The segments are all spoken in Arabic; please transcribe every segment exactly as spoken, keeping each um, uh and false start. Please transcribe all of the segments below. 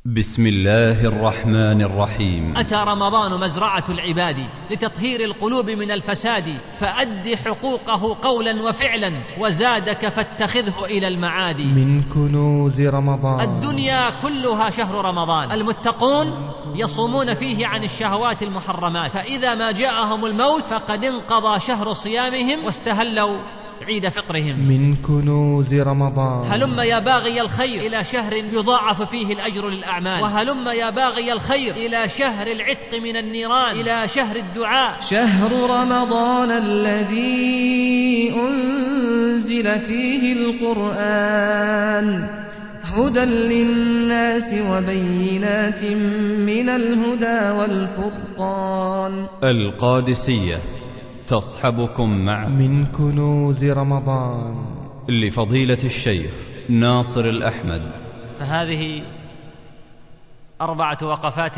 بسم الله الرحمن الرحيم. أتى رمضان مزرعة العباد لتطهير القلوب من الفساد، فأد حقوقه قولا وفعلا، وزادك فاتخذه إلى المعاد. من كنوز رمضان. الدنيا كلها شهر رمضان، المتقون يصومون فيه عن الشهوات المحرمات، فإذا ما جاءهم الموت فقد انقضى شهر صيامهم واستهلوا عيد فطرهم. من كنوز رمضان. هلم يا باغي الخير إلى شهر يضاعف فيه الأجر للأعمال، وهلم يا باغي الخير إلى شهر العتق من النيران، إلى شهر الدعاء. شهر رمضان الذي أنزل فيه القرآن هدى للناس وبينات من الهدى والفرقان. القادسية تصحبكم مع من كنوز رمضان لفضيلة الشيخ ناصر الأحمد. فهذه أربعة وقفات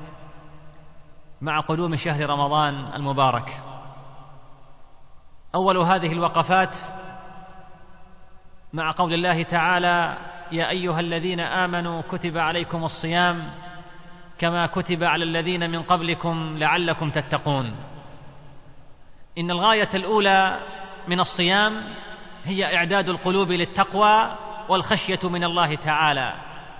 مع قدوم شهر رمضان المبارك. أول هذه الوقفات مع قول الله تعالى: يا أيها الذين آمنوا كتب عليكم الصيام كما كتب على الذين من قبلكم لعلكم تتقون. إن الغاية الأولى من الصيام هي إعداد القلوب للتقوى والخشية من الله تعالى.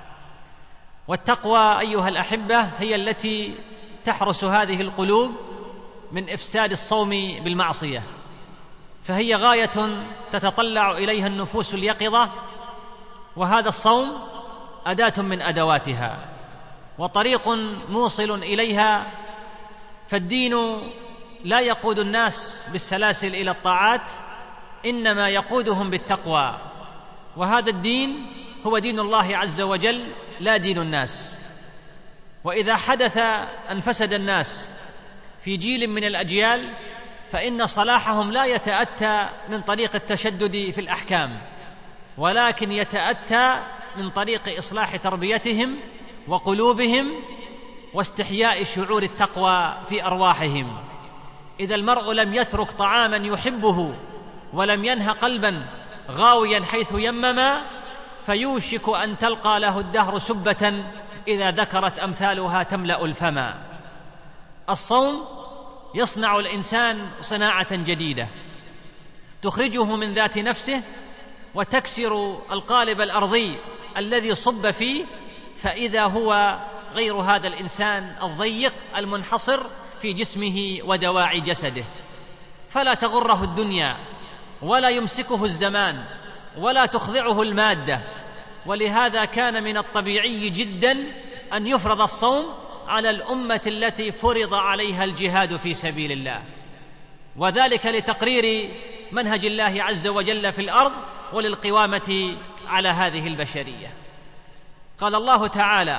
والتقوى أيها الأحبة هي التي تحرس هذه القلوب من إفساد الصوم بالمعصية، فهي غاية تتطلع إليها النفوس اليقظة، وهذا الصوم أداة من أدواتها وطريق موصل إليها. فالدين لا يقود الناس بالسلاسل إلى الطاعات، إنما يقودهم بالتقوى، وهذا الدين هو دين الله عز وجل لا دين الناس. وإذا حدث أن فسد الناس في جيل من الأجيال فإن صلاحهم لا يتأتى من طريق التشدد في الأحكام، ولكن يتأتى من طريق إصلاح تربيتهم وقلوبهم واستحياء شعور التقوى في أرواحهم. إذا المرء لم يترك طعاما يحبه ولم ينه قلبا غاويا حيث يمما، فيوشك أن تلقى له الدهر سبة إذا ذكرت أمثالها تملأ الفما. الصوم يصنع الإنسان صناعة جديدة تخرجه من ذات نفسه وتكسر القالب الأرضي الذي صب فيه، فإذا هو غير هذا الإنسان الضيق المنحصر في جسمه ودواعي جسده. فلا تغره الدنيا ولا يمسكه الزمان ولا تخضعه المادة، ولهذا كان من الطبيعي جدا أن يفرض الصوم على الأمة التي فرض عليها الجهاد في سبيل الله، وذلك لتقرير منهج الله عز وجل في الأرض وللقوامة على هذه البشرية. قال الله تعالى: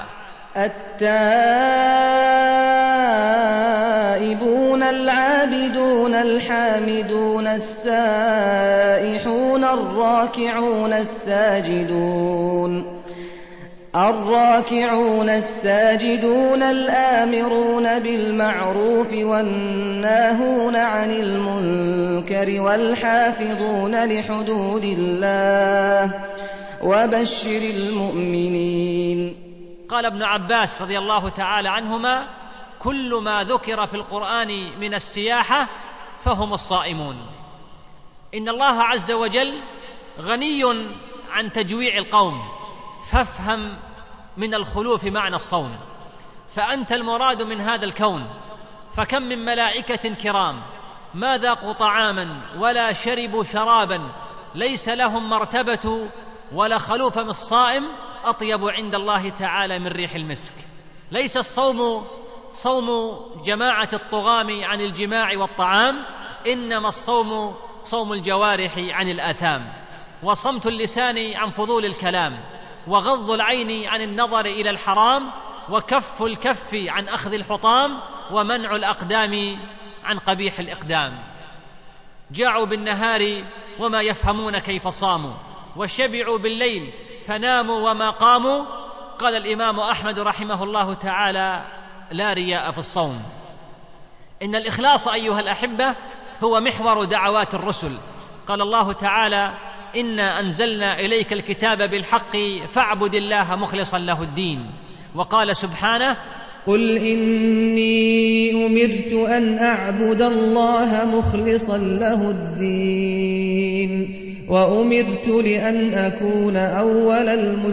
التائبون العابدون الحامدون السائحون الراكعون الساجدون الراكعون الساجدون الآمرون بالمعروف والناهون عن المنكر والحافظون لحدود الله وبشر المؤمنين. قال ابن عباس رضي الله تعالى عنهما: كل ما ذكر في القرآن من السياحة فهم الصائمون. إن الله عز وجل غني عن تجويع القوم، فافهم من الخلوف معنى الصوم، فأنت المراد من هذا الكون. فكم من ملائكة كرام ما ذاقوا طعاما ولا شربوا شرابا ليس لهم مرتبة ولا خلوف من الصائم أطيب عند الله تعالى من ريح المسك. ليس الصوم صوم جماعة الطغام عن الجماع والطعام، إنما الصوم صوم الجوارح عن الآثام، وصمت اللسان عن فضول الكلام، وغض العين عن النظر إلى الحرام، وكف الكف عن أخذ الحطام، ومنع الأقدام عن قبيح الإقدام. جاعوا بالنهار وما يفهمون كيف صاموا، وشبعوا بالليل فناموا وما قاموا. قال الإمام أحمد رحمه الله تعالى: لا رياء في الصوم. إن الإخلاص أيها الأحبة هو محور دعوات الرسل. قال الله تعالى: إنا أنزلنا إليك الكتاب بالحق فاعبد الله مخلصا له الدين. وقال سبحانه: قل إني أمرت أن أعبد الله مخلصا له الدين وأمرت لأن أكون أول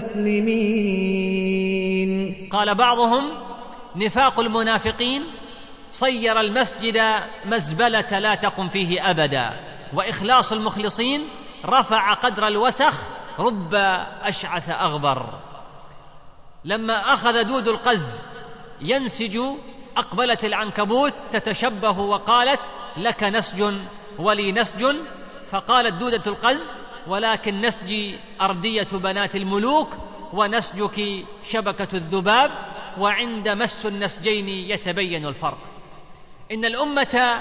المسلمين. قال بعضهم: نفاق المنافقين صير المسجد مزبلة لا تقم فيه أبدا، وإخلاص المخلصين رفع قدر الوسخ رب أشعث أغبر. لما أخذ دود القز ينسج أقبلت العنكبوت تتشبه وقالت: لك نسج ولي نسج. فقالت دودة القز: ولكن نسجي أردية بنات الملوك ونسجك شبكة الذباب، وعند مس النسجين يتبين الفرق. إن الأمة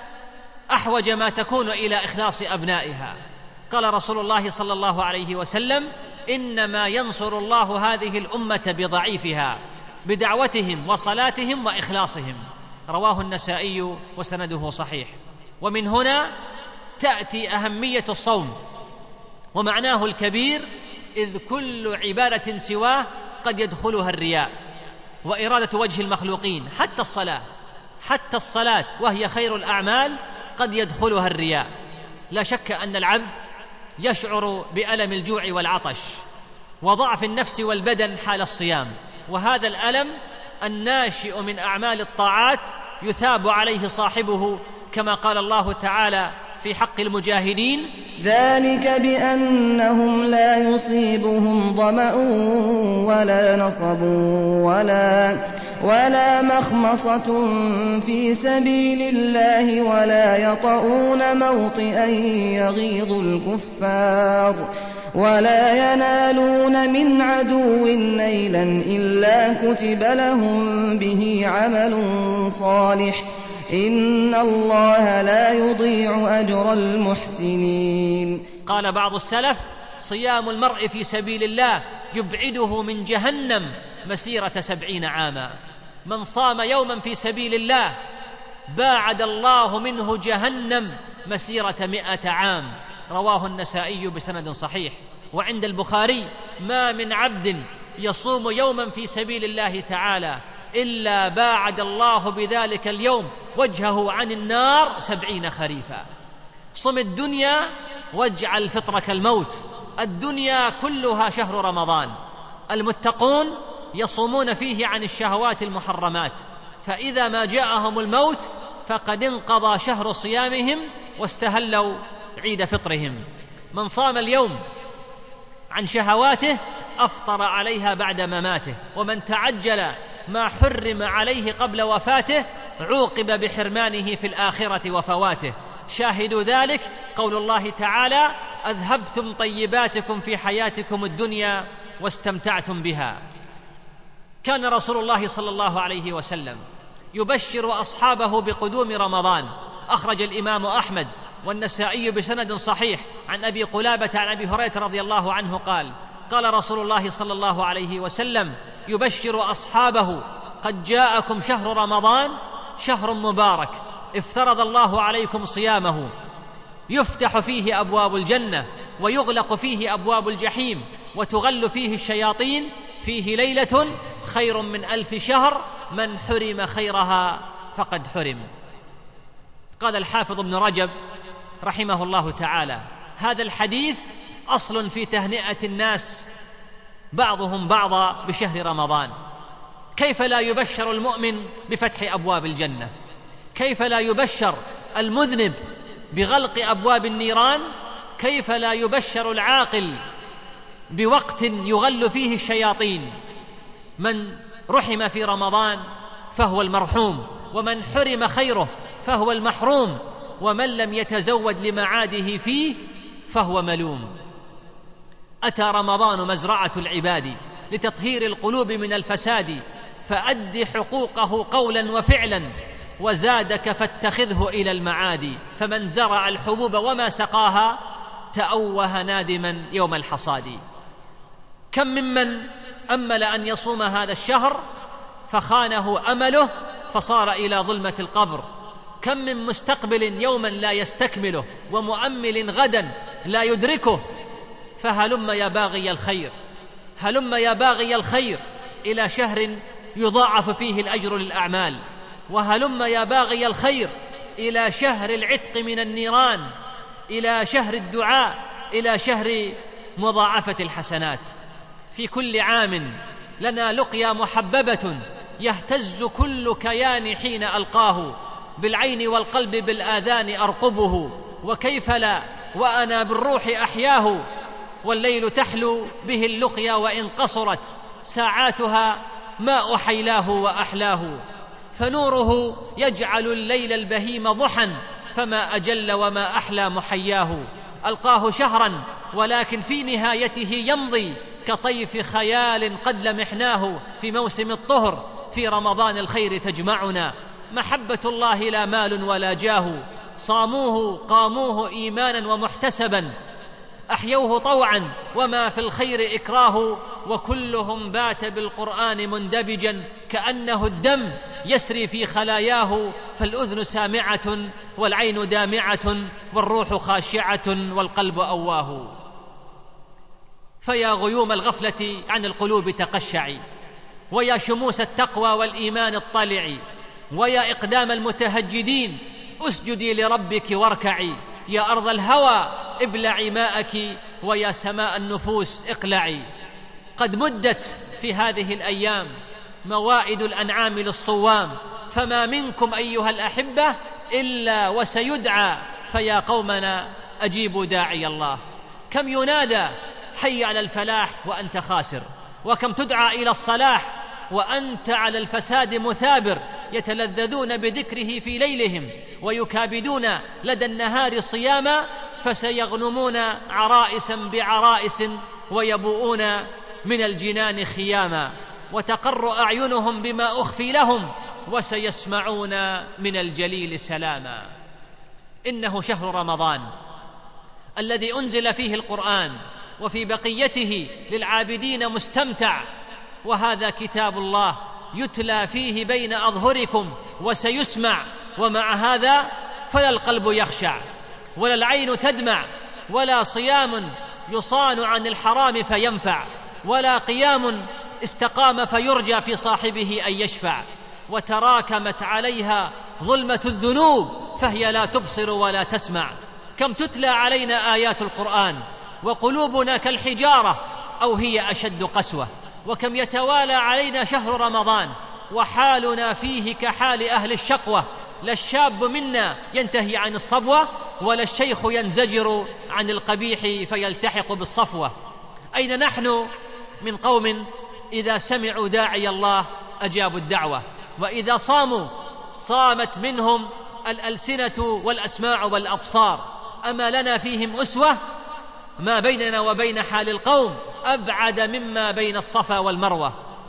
أحوج ما تكون إلى إخلاص أبنائها. قال رسول الله صلى الله عليه وسلم: إنما ينصر الله هذه الأمة بضعيفها، بدعوتهم وصلاتهم وإخلاصهم. رواه النسائي وسنده صحيح. ومن هنا تأتي أهمية الصوم ومعناه الكبير، إذ كل عبادة سواه قد يدخلها الرياء وإرادة وجه المخلوقين. حتى الصلاة حتى الصلاة وهي خير الأعمال قد يدخلها الرياء. لا شك أن العبد يشعر بألم الجوع والعطش وضعف النفس والبدن حال الصيام، وهذا الألم الناشئ من أعمال الطاعات يثاب عليه صاحبه، كما قال الله تعالى في حق المجاهدين: ذلك بأنهم لا يصيبهم ظمأ ولا نصب ولا, ولا مخمصة في سبيل الله ولا يطؤون موطئا يغيظ الكفار ولا ينالون من عدو نيلا إلا كتب لهم به عمل صالح إن الله لا يضيع أجر المحسنين. قال بعض السلف: صيام المرء في سبيل الله يبعده من جهنم مسيرة سبعين عاما. من صام يوما في سبيل الله باعد الله منه جهنم مسيرة مئة عام. رواه النسائي بسند صحيح. وعند البخاري: ما من عبد يصوم يوما في سبيل الله تعالى إلا باعد الله بذلك اليوم وجهه عن النار سبعين خريفا. صم الدنيا واجعل فطرك الموت. الدنيا كلها شهر رمضان، المتقون يصومون فيه عن الشهوات المحرمات، فإذا ما جاءهم الموت فقد انقضى شهر صيامهم واستهلوا عيد فطرهم. من صام اليوم عن شهواته أفطر عليها بعد مماته، ومن تعجل ما حرم عليه قبل وفاته عوقب بحرمانه في الآخرة وفواته. شاهد ذلك قول الله تعالى: أذهبتم طيباتكم في حياتكم الدنيا واستمتعتم بها. كان رسول الله صلى الله عليه وسلم يبشر أصحابه بقدوم رمضان. أخرج الإمام أحمد والنسائي بسند صحيح عن أبي قلابة عن أبي هريرة رضي الله عنه قال: قال رسول الله صلى الله عليه وسلم يبشر أصحابه: قد جاءكم شهر رمضان شهر مبارك افترض الله عليكم صيامه، يفتح فيه أبواب الجنة ويغلق فيه أبواب الجحيم وتغل فيه الشياطين، فيه ليلة خير من ألف شهر، من حرم خيرها فقد حرم. قال الحافظ ابن رجب رحمه الله تعالى: هذا الحديث أصل في تهنئة الناس بعضهم بعضا بشهر رمضان. كيف لا يبشر المؤمن بفتح أبواب الجنة؟ كيف لا يبشر المذنب بغلق أبواب النيران؟ كيف لا يبشر العاقل بوقت يغل فيه الشياطين؟ من رحم في رمضان فهو المرحوم، ومن حرم خيره فهو المحروم، ومن لم يتزود لمعاده فيه فهو ملوم. أتى رمضان مزرعة العباد لتطهير القلوب من الفساد، فأد حقوقه قولا وفعلا، وزادك فاتخذه إلى المعاد. فمن زرع الحبوب وما سقاها تأوه نادما يوم الحصاد. كم ممن أمل أن يصوم هذا الشهر فخانه أمله فصار إلى ظلمة القبر. كم من مستقبل يوما لا يستكمله ومؤمل غدا لا يدركه. فهلم يا باغي الخير، هلم يا باغي الخير، إلى شهر يضاعف فيه الأجر للأعمال، وهلم يا باغي الخير إلى شهر العتق من النيران، إلى شهر الدعاء، إلى شهر مضاعفة الحسنات. في كل عام لنا لقيا محببة يهتز كل كيان حين ألقاه، بالعين والقلب بالآذان أرقبه، وكيف لا وأنا بالروح أحياه، والليل تحلو به اللقيا وإن قصرت ساعاتها ما أحيلاه وأحلاه، فنوره يجعل الليل البهيم ضحى، فما أجل وما أحلى محياه. ألقاه شهرا ولكن في نهايته يمضي كطيف خيال قد لمحناه، في موسم الطهر في رمضان الخير تجمعنا، محبة الله لا مال ولا جاه، صاموه قاموه إيمانا ومحتسبا، أحيوه طوعا وما في الخير إكراه، وكلهم بات بالقرآن مندبجا كأنه الدم يسري في خلاياه، فالأذن سامعة والعين دامعة والروح خاشعة والقلب أواه. فيا غيوم الغفلة عن القلوب تقشعي، ويا شموس التقوى والإيمان اطلعي، ويا إقدام المتهجدين أسجدي لربك واركعي، يا أرض الهوى ابلعي ماءك، ويا سماء النفوس اقلعي. قد مدت في هذه الأيام موائد الأنعام للصوام، فما منكم أيها الأحبة إلا وسيدعى، فيا قومنا أجيبوا داعي الله. كم ينادى حي على الفلاح وأنت خاسر، وكم تدعى إلى الصلاح وأنت على الفساد مثابر، يتلذذون بذكره في ليلهم ويكابدون لدى النهار صياما، فسيغنمون عرائسا بعرائس ويبوؤون من الجنان خياما، وتقر أعينهم بما أخفي لهم وسيسمعون من الجليل سلاما. إنه شهر رمضان الذي أنزل فيه القرآن، وفي بقيته للعابدين مستمتع، وهذا كتاب الله يتلى فيه بين أظهركم وسيسمع، ومع هذا فلا القلب يخشع ولا العين تدمع، ولا صيام يصان عن الحرام فينفع، ولا قيام استقام فيرجى في صاحبه أن يشفع، وتراكمت عليها ظلمة الذنوب فهي لا تبصر ولا تسمع. كم تتلى علينا آيات القرآن وقلوبنا كالحجارة أو هي أشد قسوة، وكم يتوالى علينا شهر رمضان وحالنا فيه كحال أهل الشقوة، لا الشاب منا ينتهي عن الصبوة ولا الشيخ ينزجر عن القبيح فيلتحق بالصفوة. أين نحن من قوم إذا سمعوا داعي الله أجابوا الدعوة، وإذا صاموا صامت منهم الألسنة والأسماع والأبصار؟ أما لنا فيهم أسوة؟ ما بيننا وبين حال القوم أبعد مما بين الصفا والمروة.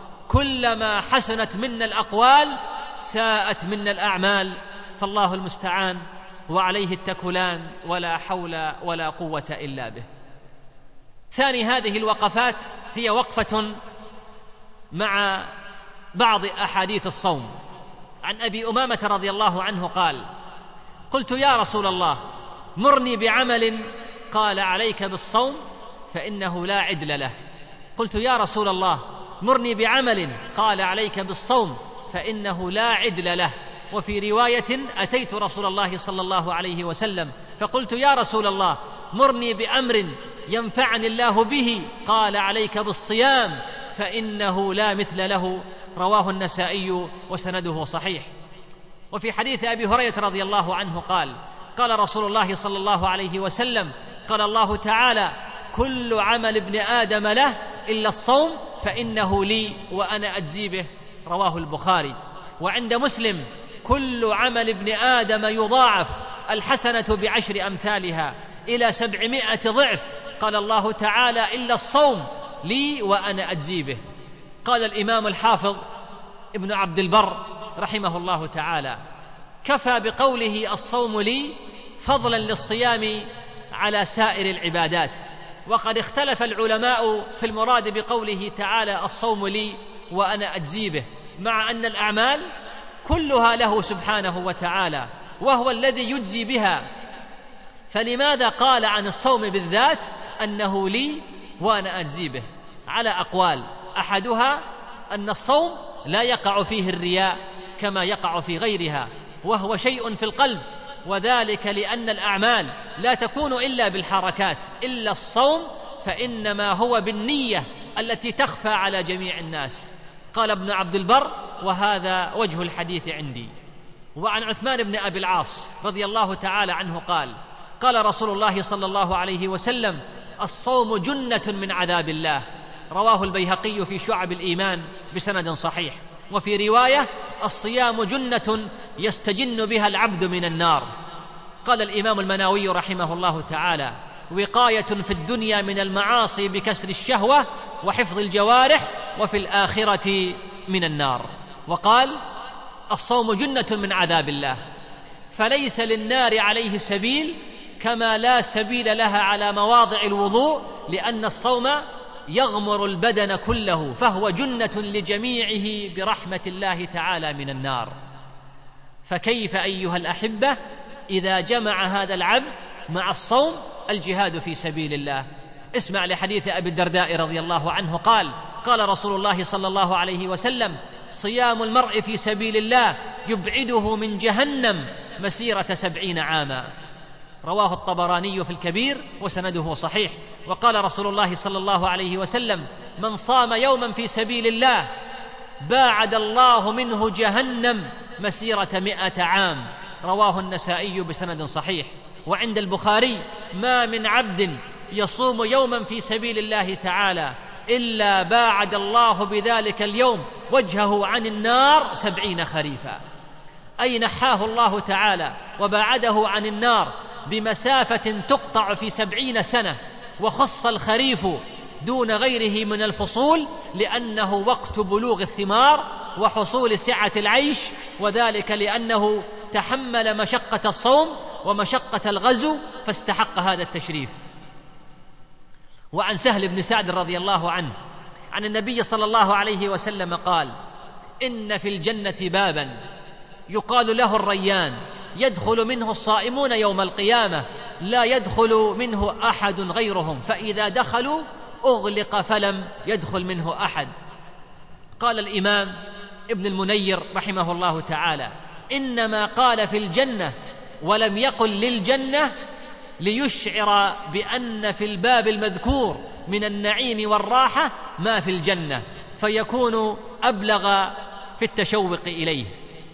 كلما حسنت منا الأقوال ساءت منا الأعمال، فالله المستعان وعليه التكلان، ولا حول ولا قوة إلا به. ثاني هذه الوقفات هي وقفة مع بعض أحاديث الصوم. عن أبي أمامة رضي الله عنه قال: قلت يا رسول الله مرني بعمل، قال عليك بالصوم فإنه لا عدل له. قلت يا رسول الله مرني بعمل، قال عليك بالصوم فإنه لا عدل له. وفي رواية أتيت رسول الله صلى الله عليه وسلم فقلت يا رسول الله مرني بأمر ينفعني الله به، قال عليك بالصيام فإنه لا مثل له. رواه النسائي وسنده صحيح. وفي حديث أبي هريرة رضي الله عنه قال: قال رسول الله صلى الله عليه وسلم: قال الله تعالى: كل عمل ابن آدم له إلا الصوم فإنه لي وأنا أجزي به. رواه البخاري. وعند مسلم: كل عمل ابن آدم يضاعف، الحسنة بعشر أمثالها إلى سبعمائة ضعف. قال الله تعالى: إلا الصوم لي وأنا أجزي به. قال الإمام الحافظ ابن عبد البر رحمه الله تعالى: كفى بقوله الصوم لي فضلا للصيام على سائر العبادات. وقد اختلف العلماء في المراد بقوله تعالى الصوم لي وأنا أجزي به، مع أن الأعمال كلها له سبحانه وتعالى وهو الذي يجزي بها، فلماذا قال عن الصوم بالذات أنه لي وأنا أجزي به؟ على أقوال، أحدها أن الصوم لا يقع فيه الرياء كما يقع في غيرها، وهو شيء في القلب، وذلك لأن الأعمال لا تكون إلا بالحركات، إلا الصوم فإنما هو بالنية التي تخفى على جميع الناس. قال ابن عبد البر: وهذا وجه الحديث عندي. وعن عثمان بن أبي العاص رضي الله تعالى عنه قال: قال رسول الله صلى الله عليه وسلم: الصوم جنة من عذاب الله. رواه البيهقي في شعب الإيمان بسند صحيح. وفي رواية: الصيام جنة يستجن بها العبد من النار. قال الإمام المناوي رحمه الله تعالى: وقاية في الدنيا من المعاصي بكسر الشهوة وحفظ الجوارح، وفي الآخرة من النار. وقال: الصوم جنة من عذاب الله، فليس للنار عليه سبيل، كما لا سبيل لها على مواضع الوضوء، لأن الصوم يغمر البدن كله، فهو جنة لجميعه برحمة الله تعالى من النار. فكيف أيها الأحبة إذا جمع هذا العبد مع الصوم الجهاد في سبيل الله؟ اسمع لحديث أبي الدرداء رضي الله عنه قال: قال رسول الله صلى الله عليه وسلم: صيام المرء في سبيل الله يبعده من جهنم مسيرة سبعين عاما. رواه الطبراني في الكبير وسنده صحيح. وقال رسول الله صلى الله عليه وسلم: من صام يوما في سبيل الله باعد الله منه جهنم مسيرة مئة عام. رواه النسائي بسند صحيح. وعند البخاري: ما من عبد يصوم يوما في سبيل الله تعالى إلا باعد الله بذلك اليوم وجهه عن النار سبعين خريفا، أي نحاه الله تعالى وباعده عن النار بمسافة تقطع في سبعين سنة. وخص الخريف دون غيره من الفصول لأنه وقت بلوغ الثمار وحصول سعة العيش، وذلك لأنه تحمل مشقة الصوم ومشقة الغزو فاستحق هذا التشريف. وعن سهل بن سعد رضي الله عنه عن النبي صلى الله عليه وسلم قال: إن في الجنة بابا يقال له الريان، يدخل منه الصائمون يوم القيامة، لا يدخل منه أحد غيرهم، فإذا دخلوا أغلق فلم يدخل منه أحد. قال الإمام ابن المنير رحمه الله تعالى: إنما قال في الجنة ولم يقل للجنة ليشعر بأن في الباب المذكور من النعيم والراحة ما في الجنة، فيكون أبلغ في التشوق إليه.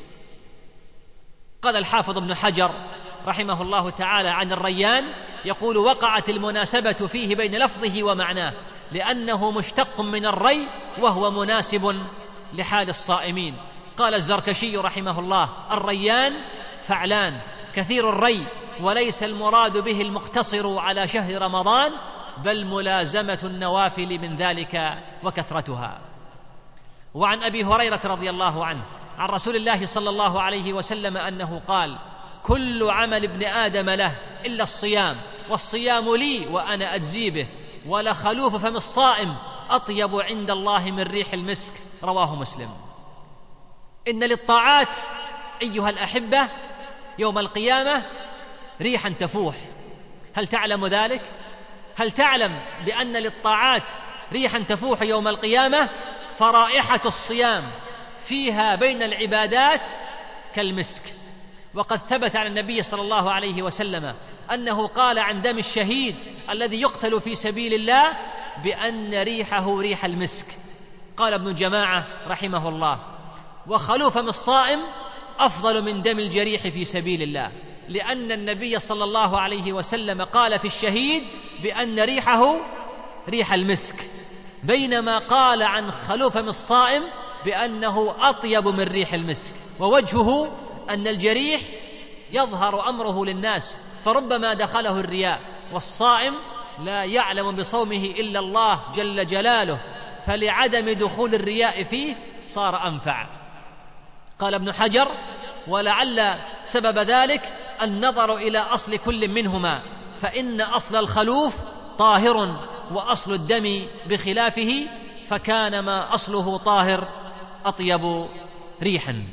قال الحافظ ابن حجر رحمه الله تعالى عن الريان يقول: وقعت المناسبة فيه بين لفظه ومعناه، لأنه مشتق من الري وهو مناسب لحال الصائمين. قال الزركشي رحمه الله: الريان فعلان كثير الري، وليس المراد به المقتصر على شهر رمضان، بل ملازمة النوافل من ذلك وكثرتها. وعن أبي هريرة رضي الله عنه عن رسول الله صلى الله عليه وسلم أنه قال: كل عمل ابن آدم له إلا الصيام، والصيام لي وأنا أجزي به، ولخلوف فم الصائم أطيب عند الله من ريح المسك. رواه مسلم. إن للطاعات أيها الأحبة يوم القيامة ريحا تفوح. هل تعلم ذلك؟ هل تعلم بأن للطاعات ريحا تفوح يوم القيامة؟ فرائحة الصيام فيها بين العبادات كالمسك. وقد ثبت عن النبي صلى الله عليه وسلم أنه قال عن دم الشهيد الذي يقتل في سبيل الله بأن ريحه ريح المسك. قال ابن جماعة رحمه الله: وخلوف فم الصائم أفضل من دم الجريح في سبيل الله، لأن النبي صلى الله عليه وسلم قال في الشهيد بأن ريحه ريح المسك، بينما قال عن خلوف فم الصائم بأنه أطيب من ريح المسك. ووجهه أن الجريح يظهر أمره للناس، فربما دخله الرياء، والصائم لا يعلم بصومه إلا الله جل جلاله، فلعدم دخول الرياء فيه صار أنفع. قال ابن حجر: ولعل سبب ذلك النظر إلى أصل كل منهما، فإن أصل الخلوف طاهر وأصل الدم بخلافه، فكان ما أصله طاهر أطيب ريحا.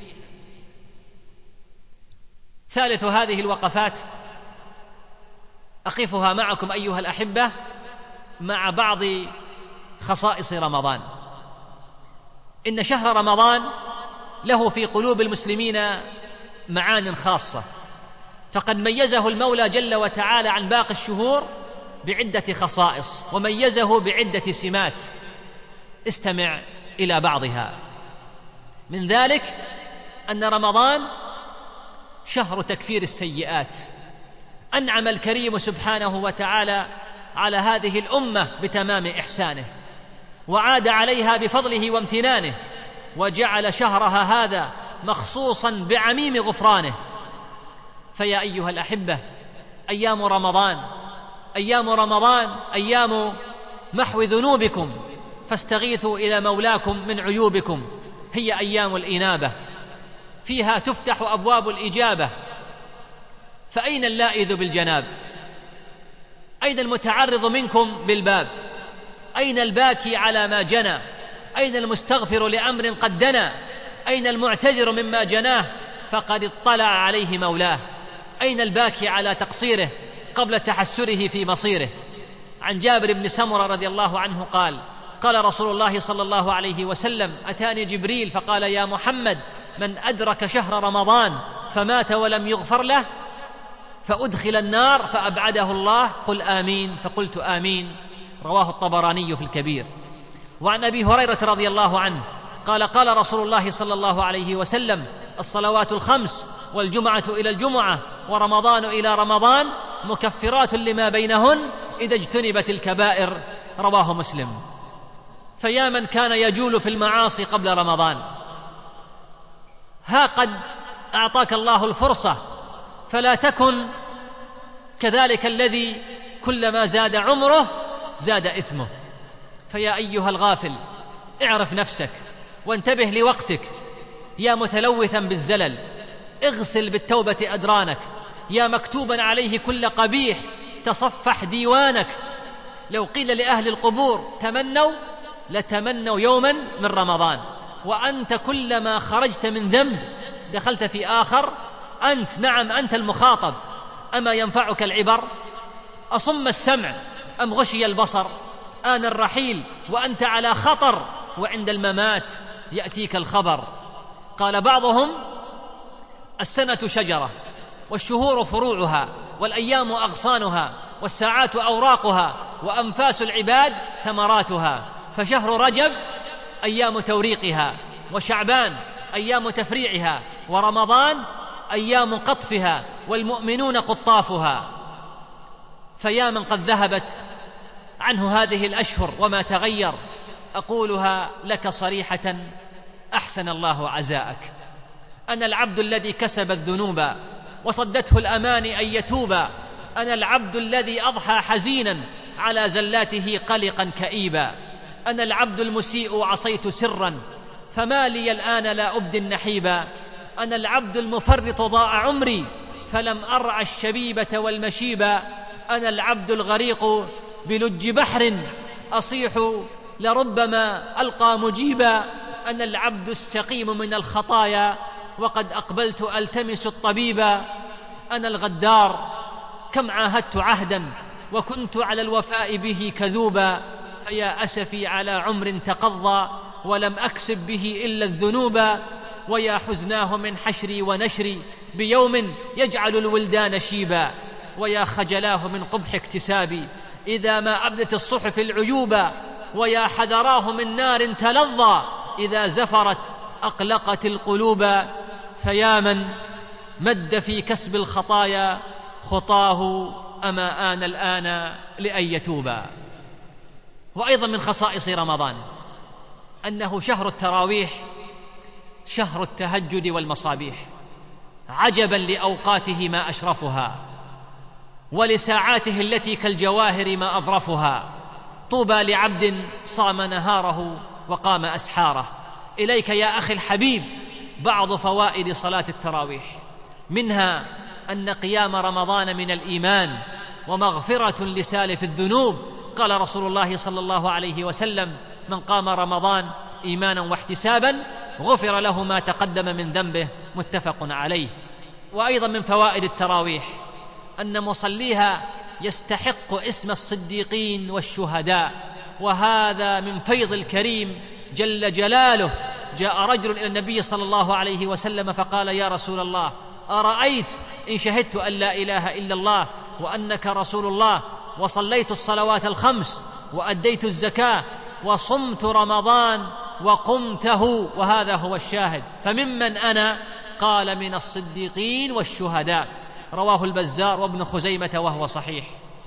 ثالث هذه الوقفات أقفها معكم أيها الأحبة مع بعض خصائص رمضان. إن شهر رمضان له في قلوب المسلمين معان خاصة، فقد ميزه المولى جل وتعالى عن باقي الشهور بعدة خصائص، وميزه بعدة سمات، استمع إلى بعضها. من ذلك أن رمضان شهر تكفير السيئات. أنعم الكريم سبحانه وتعالى على هذه الأمة بتمام إحسانه، وعاد عليها بفضله وامتنانه، وجعل شهرها هذا مخصوصا بعميم غفرانه. فيا أيها الأحبة، أيام رمضان أيام رمضان أيام محو ذنوبكم، فاستغيثوا إلى مولاكم من عيوبكم. هي أيام الإنابة، فيها تفتح أبواب الإجابة. فأين اللائذ بالجناب؟ أين المتعرض منكم بالباب؟ أين الباكي على ما جنى؟ أين المستغفر لأمر قد دنا؟ أين المعتذر مما جناه فقد اطلع عليه مولاه؟ أين الباكي على تقصيره قبل تحسره في مصيره؟ عن جابر بن سمرة رضي الله عنه قال: قال رسول الله صلى الله عليه وسلم: أتاني جبريل فقال: يا محمد، من أدرك شهر رمضان فمات ولم يغفر له فأدخل النار فأبعده الله، قل آمين، فقلت آمين. رواه الطبراني في الكبير. وعن أبي هريرة رضي الله عنه قال: قال رسول الله صلى الله عليه وسلم: الصلوات الخمس والجمعة إلى الجمعة ورمضان إلى رمضان مكفرات لما بينهن إذا اجتنبت الكبائر. رواه مسلم. فيا من كان يجول في المعاصي قبل رمضان، ها قد أعطاك الله الفرصة، فلا تكن كذلك الذي كلما زاد عمره زاد إثمه. فيا أيها الغافل، اعرف نفسك وانتبه لوقتك. يا متلوثا بالزلل، اغسل بالتوبة أدرانك. يا مكتوبا عليه كل قبيح، تصفح ديوانك. لو قيل لأهل القبور تمنوا لتمنوا يوما من رمضان، وأنت كلما خرجت من ذنب دخلت في آخر. أنت نعم أنت المخاطب، أما ينفعك العبر؟ أصم السمع أم غشي البصر؟ آن الرحيل وأنت على خطر، وعند الممات يأتيك الخبر. قال بعضهم: السنة شجرة، والشهور فروعها، والأيام أغصانها، والساعات أوراقها، وأنفاس العباد ثمراتها. فشهر رجب أيام توريقها، وشعبان أيام تفريعها، ورمضان أيام قطفها، والمؤمنون قطافها. فيا من قد ذهبت عنه هذه الأشهر وما تغير، أقولها لك صريحة: أحسن الله عزاءك. أنا العبد الذي كسب الذنوب وصدته الأماني أن يتوب. أنا العبد الذي أضحى حزينا على زلاته قلقا كئيبا. أنا العبد المسيء عصيت سرا، فما لي الآن لا أبدي النحيبا. أنا العبد المفرط ضاع عمري، فلم أرعى الشبيبة والمشيبا. أنا العبد الغريق بلج بحر، أصيح لربما ألقى مجيبا. أنا العبد السقيم من الخطايا، وقد أقبلت ألتمس الطبيبا. أنا الغدار، كم عاهدت عهدا وكنت على الوفاء به كذوبا. فيا أسفي على عمر تقضى ولم أكسب به إلا الذنوب. ويا حزناه من حشري ونشري بيوم يجعل الولدان شيبا. ويا خجلاه من قبح اكتسابي إذا ما أبدت الصحف العيوبا. ويا حذراه من نار تلظى إذا زفرت أقلقت القلوب. فيا من مد في كسب الخطايا خطاه، أما آن الآن لأن يتوبا. وأيضا من خصائص رمضان أنه شهر التراويح، شهر التهجد والمصابيح. عجبا لأوقاته ما أشرفها، ولساعاته التي كالجواهر ما أظرفها. طوبى لعبد صام نهاره وقام أسحاره. إليك يا أخي الحبيب بعض فوائد صلاة التراويح، منها أن قيام رمضان من الإيمان ومغفرة لسالف الذنوب. قال رسول الله صلى الله عليه وسلم: من قام رمضان إيمانا واحتسابا غفر له ما تقدم من ذنبه. متفق عليه. وأيضا من فوائد التراويح أن مصليها يستحق اسم الصديقين والشهداء، وهذا من فيض الكريم جل جلاله جاء رجل إلى النبي صلى الله عليه وسلم فقال: يا رسول الله، أرأيت إن شهدت أن لا إله إلا الله وأنك رسول الله وصليت الصلوات الخمس وأديت الزكاة وصمت رمضان وقمته، وهذا هو الشاهد، فممن أنا؟ قال: من الصديقين والشهداء. رواه البزار وابن خزيمة وهو صحيح.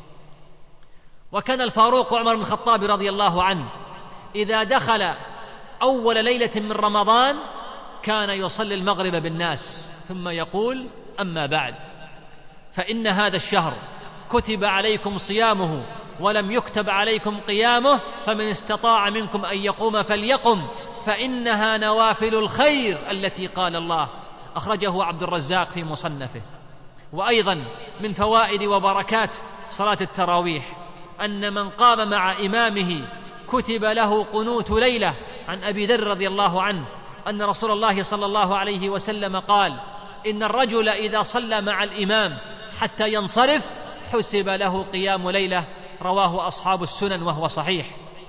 وكان الفاروق عمر بن الخطاب رضي الله عنه إذا دخل أول ليلة من رمضان كان يصلي المغرب بالناس ثم يقول: أما بعد، فإن هذا الشهر كتب عليكم صيامه ولم يكتب عليكم قيامه، فمن استطاع منكم أن يقوم فليقم، فإنها نوافل الخير التي قال الله. أخرجه عبد الرزاق في مصنفه. وأيضا من فوائد وبركات صلاة التراويح أن من قام مع إمامه كتب له قنوت ليلة. عن أبي ذر رضي الله عنه أن رسول الله صلى الله عليه وسلم قال: إن الرجل إذا صلى مع الإمام حتى ينصرف حسب له قيام ليلة. رواه أصحاب السنن وهو صحيح.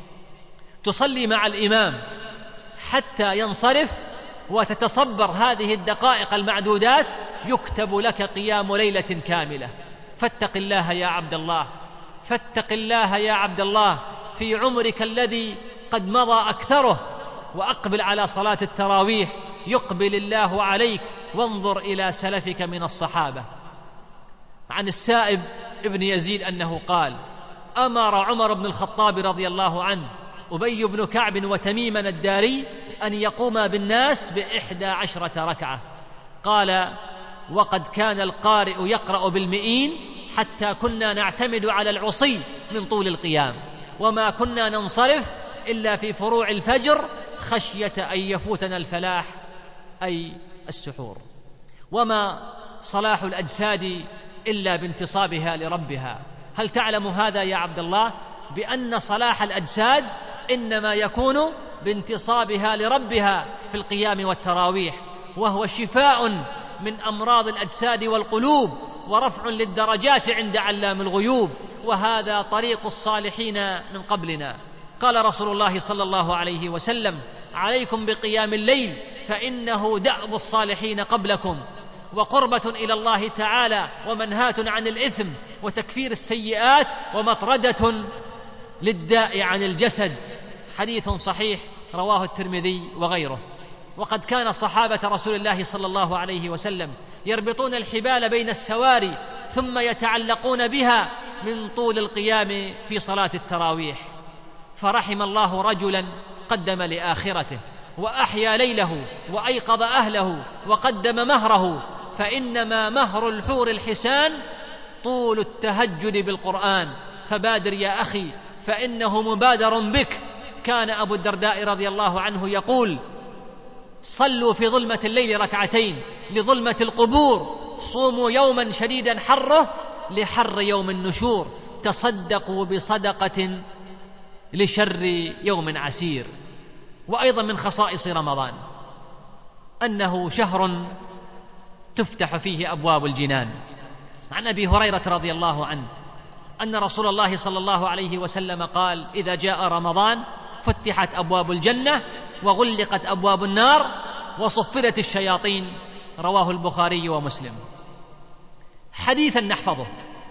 تصلي مع الإمام حتى ينصرف وتتصبر هذه الدقائق المعدودات يكتب لك قيام ليلة كاملة. فاتق الله يا عبد الله، فاتق الله يا عبد الله في عمرك الذي قد مضى أكثره، وأقبل على صلاة التراويح يقبل الله عليك، وانظر إلى سلفك من الصحابة. عن السائب ابن يزيد أنه قال: أمر عمر بن الخطاب رضي الله عنه أبي بن كعب وتميما الداري أن يقوم بالناس بإحدى عشرة ركعة. قال: وقد كان القارئ يقرأ بالمئين حتى كنا نعتمد على العصي من طول القيام، وما كنا ننصرف إلا في فروع الفجر خشية أن يفوتنا الفلاح أي السحور. وما صلاح الأجساد إلا بانتصابها لربها. هل تعلم هذا يا عبد الله؟ بأن صلاح الأجساد إنما يكون بانتصابها لربها في القيام والتراويح، وهو شفاء من أمراض الأجساد والقلوب، ورفع للدرجات عند علام الغيوب، وهذا طريق الصالحين من قبلنا. قال رسول الله صلى الله عليه وسلم: عليكم بقيام الليل فإنه دأب الصالحين قبلكم، وقربة إلى الله تعالى، ومنهاة عن الإثم، وتكفير السيئات، ومطردة للداء عن الجسد. حديث صحيح رواه الترمذي وغيره. وقد كان صحابة رسول الله صلى الله عليه وسلم يربطون الحبال بين السواري ثم يتعلقون بها من طول القيام في صلاة التراويح. فرحم الله رجلا قدم لآخرته وأحيا ليله وأيقظ أهله وقدم مهره، فإنما مهر الحور الحسان طول التهجد بالقرآن، فبادر يا أخي فإنه مبادر بك. كان أبو الدرداء رضي الله عنه يقول: صلوا في ظلمة الليل ركعتين لظلمة القبور، صوموا يوما شديدا حره لحر يوم النشور، تصدقوا بصدقة لشر يوم عسير. وأيضا من خصائص رمضان أنه شهر تفتح فيه أبواب الجنان. عن أبي هريرة رضي الله عنه أن رسول الله صلى الله عليه وسلم قال: إذا جاء رمضان فتحت أبواب الجنة وغلقت أبواب النار وصفدت الشياطين. رواه البخاري ومسلم. حديثا نحفظه،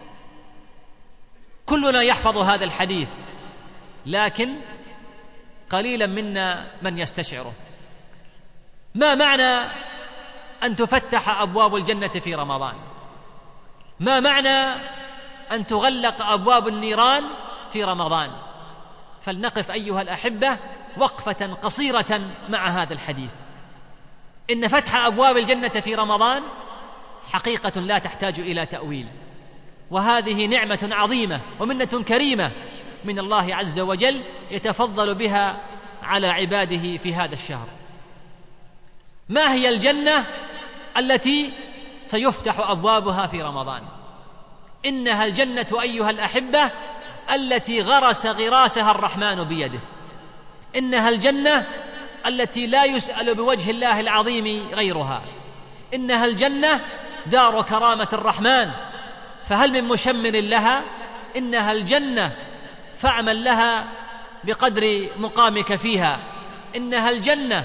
كلنا يحفظ هذا الحديث، لكن قليلا منا من يستشعره. ما معنى أن تفتح أبواب الجنة في رمضان؟ ما معنى أن تغلق أبواب النيران في رمضان؟ فلنقف أيها الأحبة وقفة قصيرة مع هذا الحديث. إن فتح أبواب الجنة في رمضان حقيقة لا تحتاج إلى تأويل، وهذه نعمة عظيمة ومنة كريمة من الله عز وجل يتفضل بها على عباده في هذا الشهر. ما هي الجنة التي سيفتح أبوابها في رمضان؟ إنها الجنة أيها الأحبة التي غرس غراسها الرحمن بيده. إنها الجنة التي لا يسأل بوجه الله العظيم غيرها. إنها الجنة دار كرامة الرحمن، فهل من مشمر لها؟ إنها الجنة فاعمل لها بقدر مقامك فيها. إنها الجنة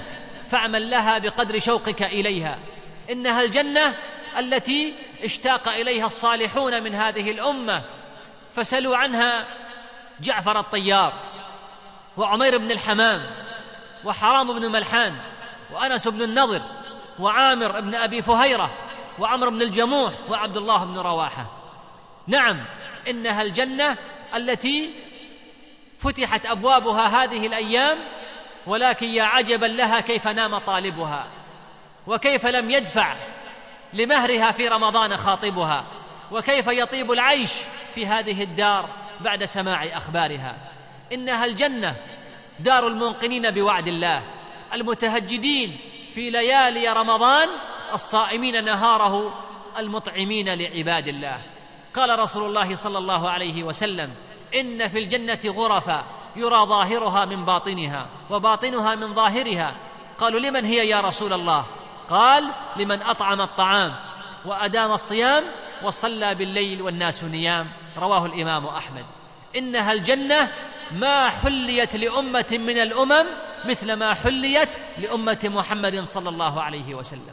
فاعمل لها بقدر شوقك إليها. إنها الجنة التي اشتاق إليها الصالحون من هذه الأمة، فسلوا عنها جعفر الطيار وعمير بن الحمام وحرام بن ملحان وأنس بن النضر وعامر بن أبي فهيرة وعمر بن الجموح وعبد الله بن رواحة. نعم، إنها الجنة التي فتحت أبوابها هذه الأيام، ولكن يا عجبا لها كيف نام طالبها، وكيف لم يدفع لمهرها في رمضان خاطبها، وكيف يطيب العيش في هذه الدار بعد سماع أخبارها. إنها الجنة دار المنقنين بوعد الله، المتهجدين في ليالي رمضان، الصائمين نهاره، المطعمين لعباد الله. قال رسول الله صلى الله عليه وسلم: إن في الجنة غرفا يرى ظاهرها من باطنها وباطنها من ظاهرها. قالوا: لمن هي يا رسول الله؟ قال: لمن أطعم الطعام وأدام الصيام وصلى بالليل والناس نيام. رواه الإمام أحمد. إنها الجنة ما حليت لأمة من الأمم مثل ما حليت لأمة محمد صلى الله عليه وسلم.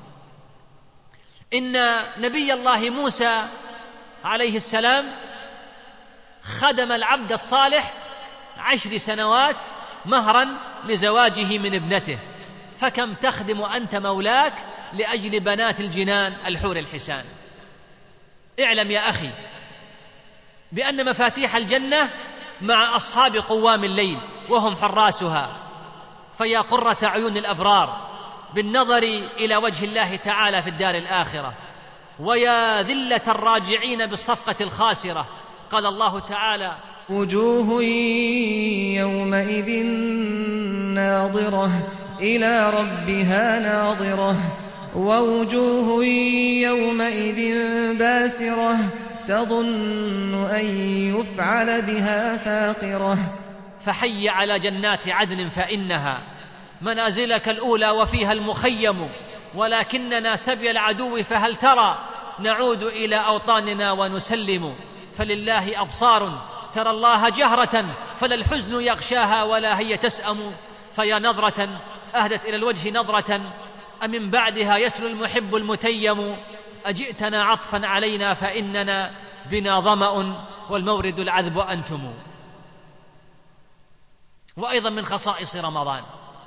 إن نبي الله موسى عليه السلام خدم العبد الصالح عشر سنوات مهرا لزواجه من ابنته، فكم تخدم أنت مولاك لأجل بنات الجنان الحور الحسان. اعلم يا أخي بأن مفاتيح الجنة مع أصحاب قوام الليل وهم حراسها، فيا قرة عيون الأبرار بالنظر إلى وجه الله تعالى في الدار الآخرة، ويا ذلة الراجعين بالصفقة الخاسرة. قال الله تعالى: وجوه يومئذ ناظرة إلى ربها ناظرة ووجوه يومئذ باسرة تظن أن يفعل بها فاقرة. فحي على جنات عدن فإنها منازلك الأولى وفيها المخيم، ولكننا سبي العدو فهل ترى نعود إلى أوطاننا ونسلم. فلله أبصار ترى الله جهرة فلا الحزن يغشاها ولا هي تسأم. فيا نظرة أهدت إلى الوجه نظرة أمن بعدها يسلو المحب المتيم. أجئتنا عطفا علينا فإننا بنا ظمأ والمورد العذب أنتم. وأيضا من خصائص رمضان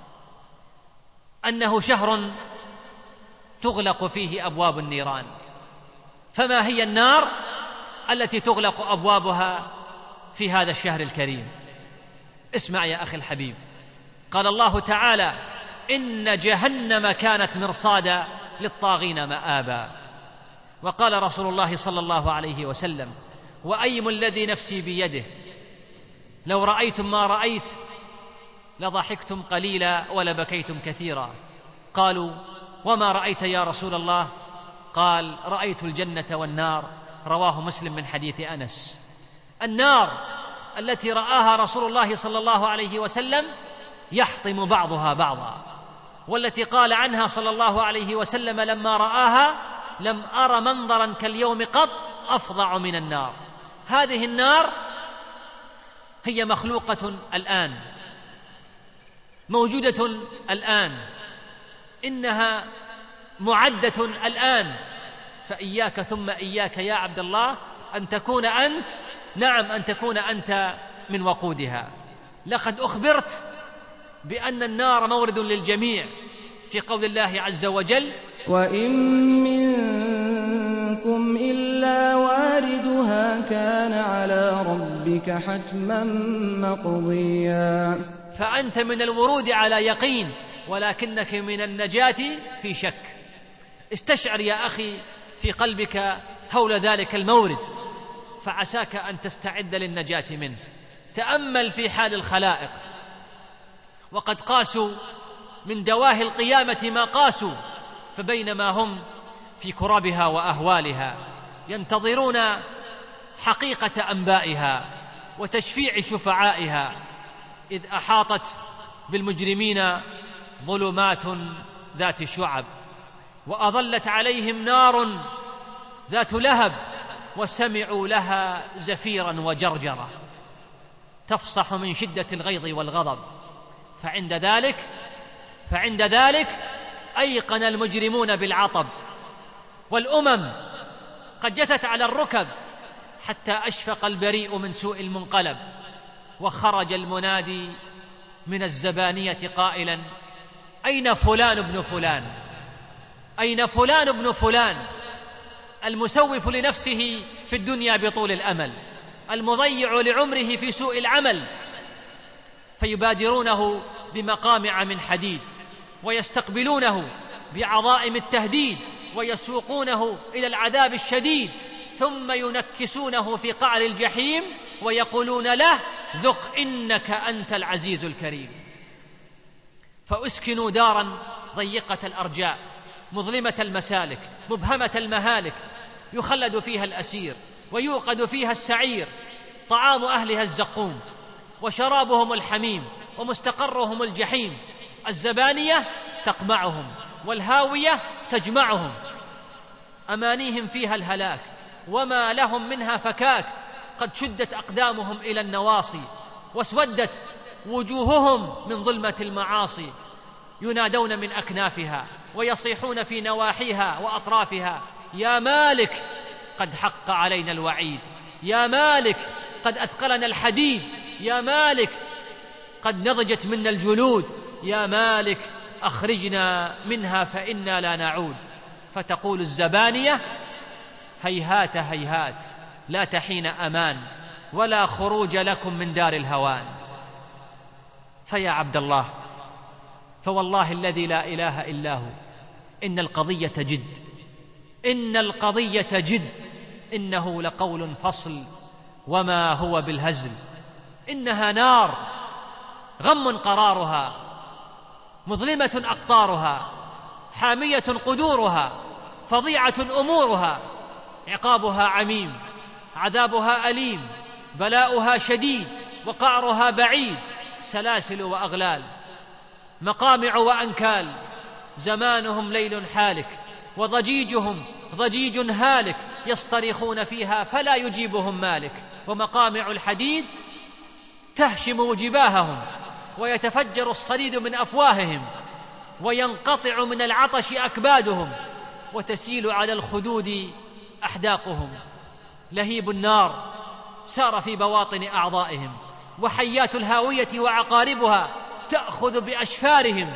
أنه شهر تغلق فيه أبواب النيران. فما هي النار التي تغلق أبوابها في هذا الشهر الكريم؟ اسمع يا أخي الحبيب. قال الله تعالى: إن جهنم كانت مرصادا للطاغين مآبا. وقال رسول الله صلى الله عليه وسلم: وأيم الذي نفسي بيده لو رأيتم ما رأيت لضحكتم قليلا ولبكيتم كثيرا. قالوا: وما رأيت يا رسول الله؟ قال: رأيت الجنة والنار. رواه مسلم من حديث أنس. النار التي رآها رسول الله صلى الله عليه وسلم يحطم بعضها بعضا، والتي قال عنها صلى الله عليه وسلم لما رآها: لم أر منظرا كاليوم قط أفظع من النار. هذه النار هي مخلوقة الآن، موجودة الآن، إنها معدة الآن. فإياك ثم إياك يا عبد الله أن تكون أنت، نعم أن تكون أنت من وقودها. لقد أخبرت بأن النار مورد للجميع في قول الله عز وجل: وإن منكم إلا واردها كان على ربك حتما مقضيا. فأنت من الورود على يقين، ولكنك من النجاة في شك. استشعر يا أخي في قلبك هول ذلك المورد، فعساك أن تستعد للنجاة منه. تأمل في حال الخلائق، وقد قاسوا من دواهي القيامة ما قاسوا، فبينما هم في كربها وأهوالها ينتظرون حقيقة أنبائها وتشفيع شفعائها، إذ أحاطت بالمجرمين ظلمات ذات شعب، وأظلت عليهم نار ذات لهب، وسمعوا لها زفيرا وجرجرة تفصح من شدة الغيظ والغضب. فعند ذلك فعند ذلك أيقن المجرمون بالعطب، والأمم قد جثت على الركب حتى أشفق البريء من سوء المنقلب، وخرج المنادي من الزبانية قائلا: أين فلان ابن فلان؟ أين فلان ابن فلان؟ المسوف لنفسه في الدنيا بطول الأمل، المضيع لعمره في سوء العمل، فيبادرونه بمقامع من حديد، ويستقبلونه بعظائم التهديد، ويسوقونه إلى العذاب الشديد، ثم ينكسونه في قعر الجحيم ويقولون له: ذق إنك أنت العزيز الكريم. فأسكنوا دارا ضيقة الأرجاء مظلمة المسالك مبهمة المهالك، يخلد فيها الأسير ويوقد فيها السعير، طعام أهلها الزقوم وشرابهم الحميم ومستقرهم الجحيم. الزبانية تقمعهم والهاوية تجمعهم، أمانيهم فيها الهلاك وما لهم منها فكاك. قد شدت أقدامهم إلى النواصي واسودت وجوههم من ظلمة المعاصي، ينادون من أكنافها ويصيحون في نواحيها وأطرافها: يا مالك قد حق علينا الوعيد، يا مالك قد أثقلنا الحديد، يا مالك قد نضجت منا الجلود، يا مالك أخرجنا منها فإنا لا نعود. فتقول الزبانية: هيهات هيهات لا تحين أمان، ولا خروج لكم من دار الهوان. فيا عبد الله، فوالله الذي لا إله إلا هو، إن القضية جد، إن القضية جد، إنه لقول فصل وما هو بالهزل. إنها نار غم قرارها، مظلمة أقطارها، حامية قدورها، فظيعة أمورها، عقابها عميم، عذابها أليم، بلاؤها شديد، وقعرها بعيد، سلاسل وأغلال، مقامع وأنكال. زمانهم ليل حالك، وضجيجهم ضجيج هالك، يصطرخون فيها فلا يجيبهم مالك. ومقامع الحديد تهشم جباههم، ويتفجر الصديد من أفواههم، وينقطع من العطش أكبادهم، وتسيل على الخدود أحداقهم. لهيب النار سار في بواطن أعضائهم، وحيات الهاوية وعقاربها تأخذ بأشفارهم.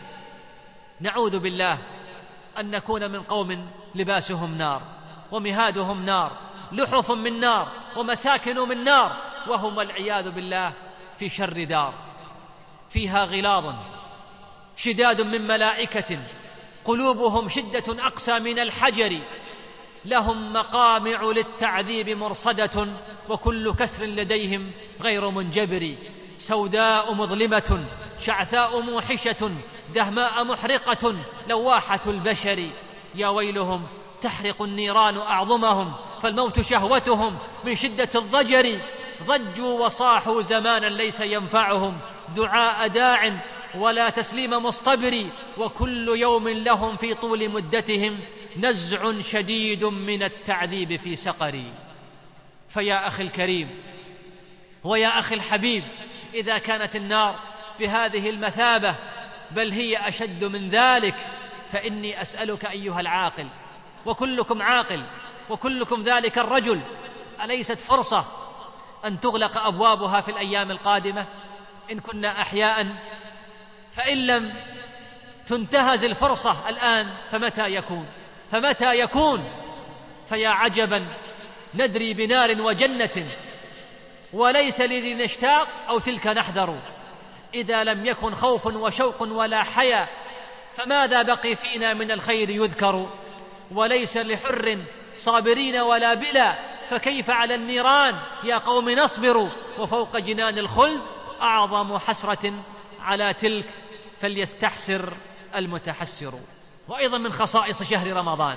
نعوذ بالله أن نكون من قوم لباسهم نار، ومهادهم نار، لحف من نار، ومساكن من نار، وهم والعياذ بالله في شر دار، فيها غلاظ شداد من ملائكة، قلوبهم شدة أقسى من الحجر، لهم مقامع للتعذيب مرصدة، وكل كسر لديهم غير منجبر. سوداء مظلمة شعثاء موحشة، دهماء محرقة لواحة البشر. يا ويلهم تحرق النيران أعظمهم، فالموت شهوتهم من شدة الضجر. ضجوا وصاحوا زمانا ليس ينفعهم دعاء داع ولا تسليم مصطبر، وكل يوم لهم في طول مدتهم نزع شديد من التعذيب في سقر. فيا أخي الكريم ويا أخي الحبيب، إذا كانت النار بهذه المثابة بل هي أشد من ذلك، فإني أسألك أيها العاقل، وكلكم عاقل وكلكم ذلك الرجل، أليست فرصة أن تغلق أبوابها في الأيام القادمة إن كنا أحياء؟ فإن لم تنتهز الفرصة الآن فمتى يكون؟ فمتى يكون؟ فيا عجبا ندري بنار وجنة، وليس لذي نشتاق أو تلك نحذر. إذا لم يكن خوف وشوق ولا حيا، فماذا بقي فينا من الخير يذكر؟ وليس لحر صابرين ولا بلا، فكيف على النيران يا قوم نصبر؟ وفوق جنان الخلد أعظم حسرة على تلك، فليستحسر المتحسر. وأيضا من خصائص شهر رمضان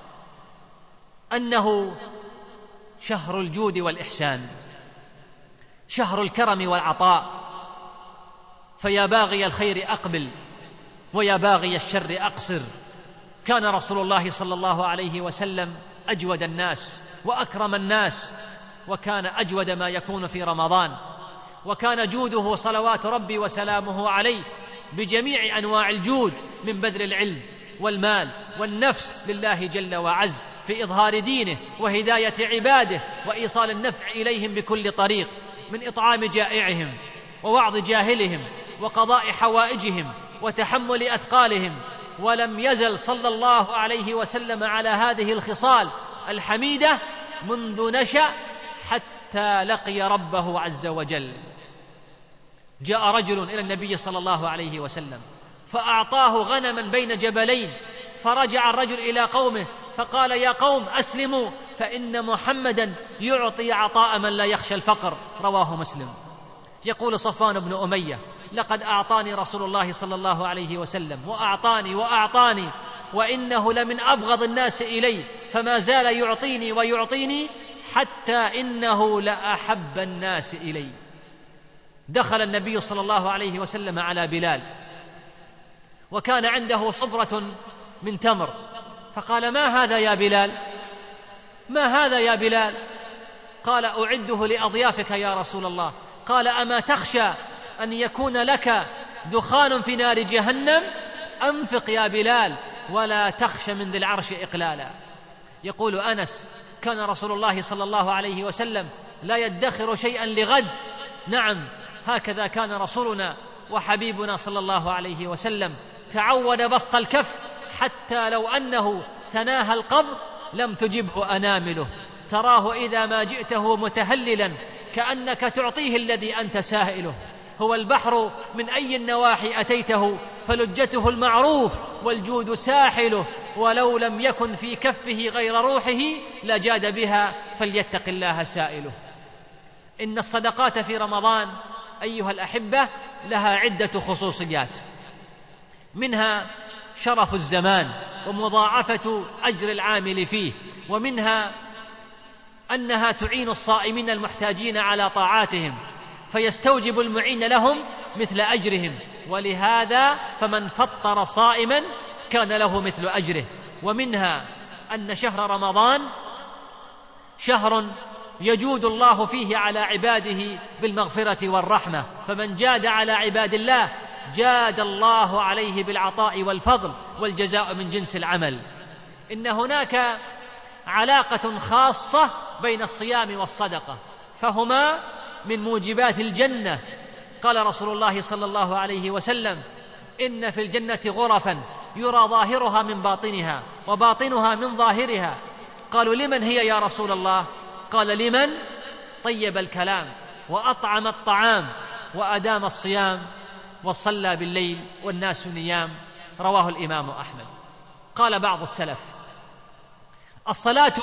أنه شهر الجود والإحسان، شهر الكرم والعطاء. فيا باغي الخير أقبل، ويا باغي الشر أقصر. كان رسول الله صلى الله عليه وسلم أجود الناس وأكرم الناس، وكان أجود ما يكون في رمضان، وكان جوده صلوات ربي وسلامه عليه بجميع أنواع الجود من بذل العلم والمال والنفس لله جل وعز في إظهار دينه وهداية عباده وإيصال النفع إليهم بكل طريق، من إطعام جائعهم ووعظ جاهلهم وقضاء حوائجهم وتحمل أثقالهم. ولم يزل صلى الله عليه وسلم على هذه الخصال الحميدة منذ نشأ حتى لقي ربه عز وجل. جاء رجل إلى النبي صلى الله عليه وسلم فأعطاه غنما بين جبلين، فرجع الرجل إلى قومه فقال: يا قوم أسلموا فإن محمدا يعطي عطاء من لا يخشى الفقر. رواه مسلم. يقول صفوان بن أمية: لقد أعطاني رسول الله صلى الله عليه وسلم وأعطاني وأعطاني وإنه لمن أبغض الناس إلي، فما زال يعطيني ويعطيني حتى إنه لأحب الناس إلي. دخل النبي صلى الله عليه وسلم على بلال وكان عنده صفرة من تمر، فقال: ما هذا يا بلال؟ ما هذا يا بلال؟ قال: أعده لأضيافك يا رسول الله. قال: أما تخشى أن يكون لك دخان في نار جهنم؟ أنفق يا بلال ولا تخش من ذي العرش إقلالا. يقول أنس: كان رسول الله صلى الله عليه وسلم لا يدخر شيئا لغد. نعم، هكذا كان رسولنا وحبيبنا صلى الله عليه وسلم، تعود بسط الكف حتى لو أنه تناهى القبض لم تجبه أنامله. تراه إذا ما جئته متهللا كأنك تعطيه الذي أنت سائله. هو البحر من أي النواحي أتيته فلجته المعروف والجود ساحله، ولو لم يكن في كفه غير روحه لجاد بها فليتق الله سائله. إن الصدقات في رمضان أيها الأحبة لها عدة خصوصيات، منها شرف الزمان ومضاعفة أجر العامل فيه، ومنها أنها تعين الصائمين المحتاجين على طاعاتهم فيستوجب المعين لهم مثل أجرهم، ولهذا فمن فطر صائما كان له مثل أجره. ومنها أن شهر رمضان شهر يجود الله فيه على عباده بالمغفرة والرحمة، فمن جاد على عباد الله جاد الله عليه بالعطاء والفضل، والجزاء من جنس العمل. إن هناك علاقة خاصة بين الصيام والصدقة، فهما من موجبات الجنة. قال رسول الله صلى الله عليه وسلم: إن في الجنة غرفا يرى ظاهرها من باطنها وباطنها من ظاهرها. قالوا: لمن هي يا رسول الله؟ قال: لمن طيب الكلام وأطعم الطعام وأدام الصيام وصلى بالليل والناس نيام. رواه الإمام أحمد. قال بعض السلف: الصلاة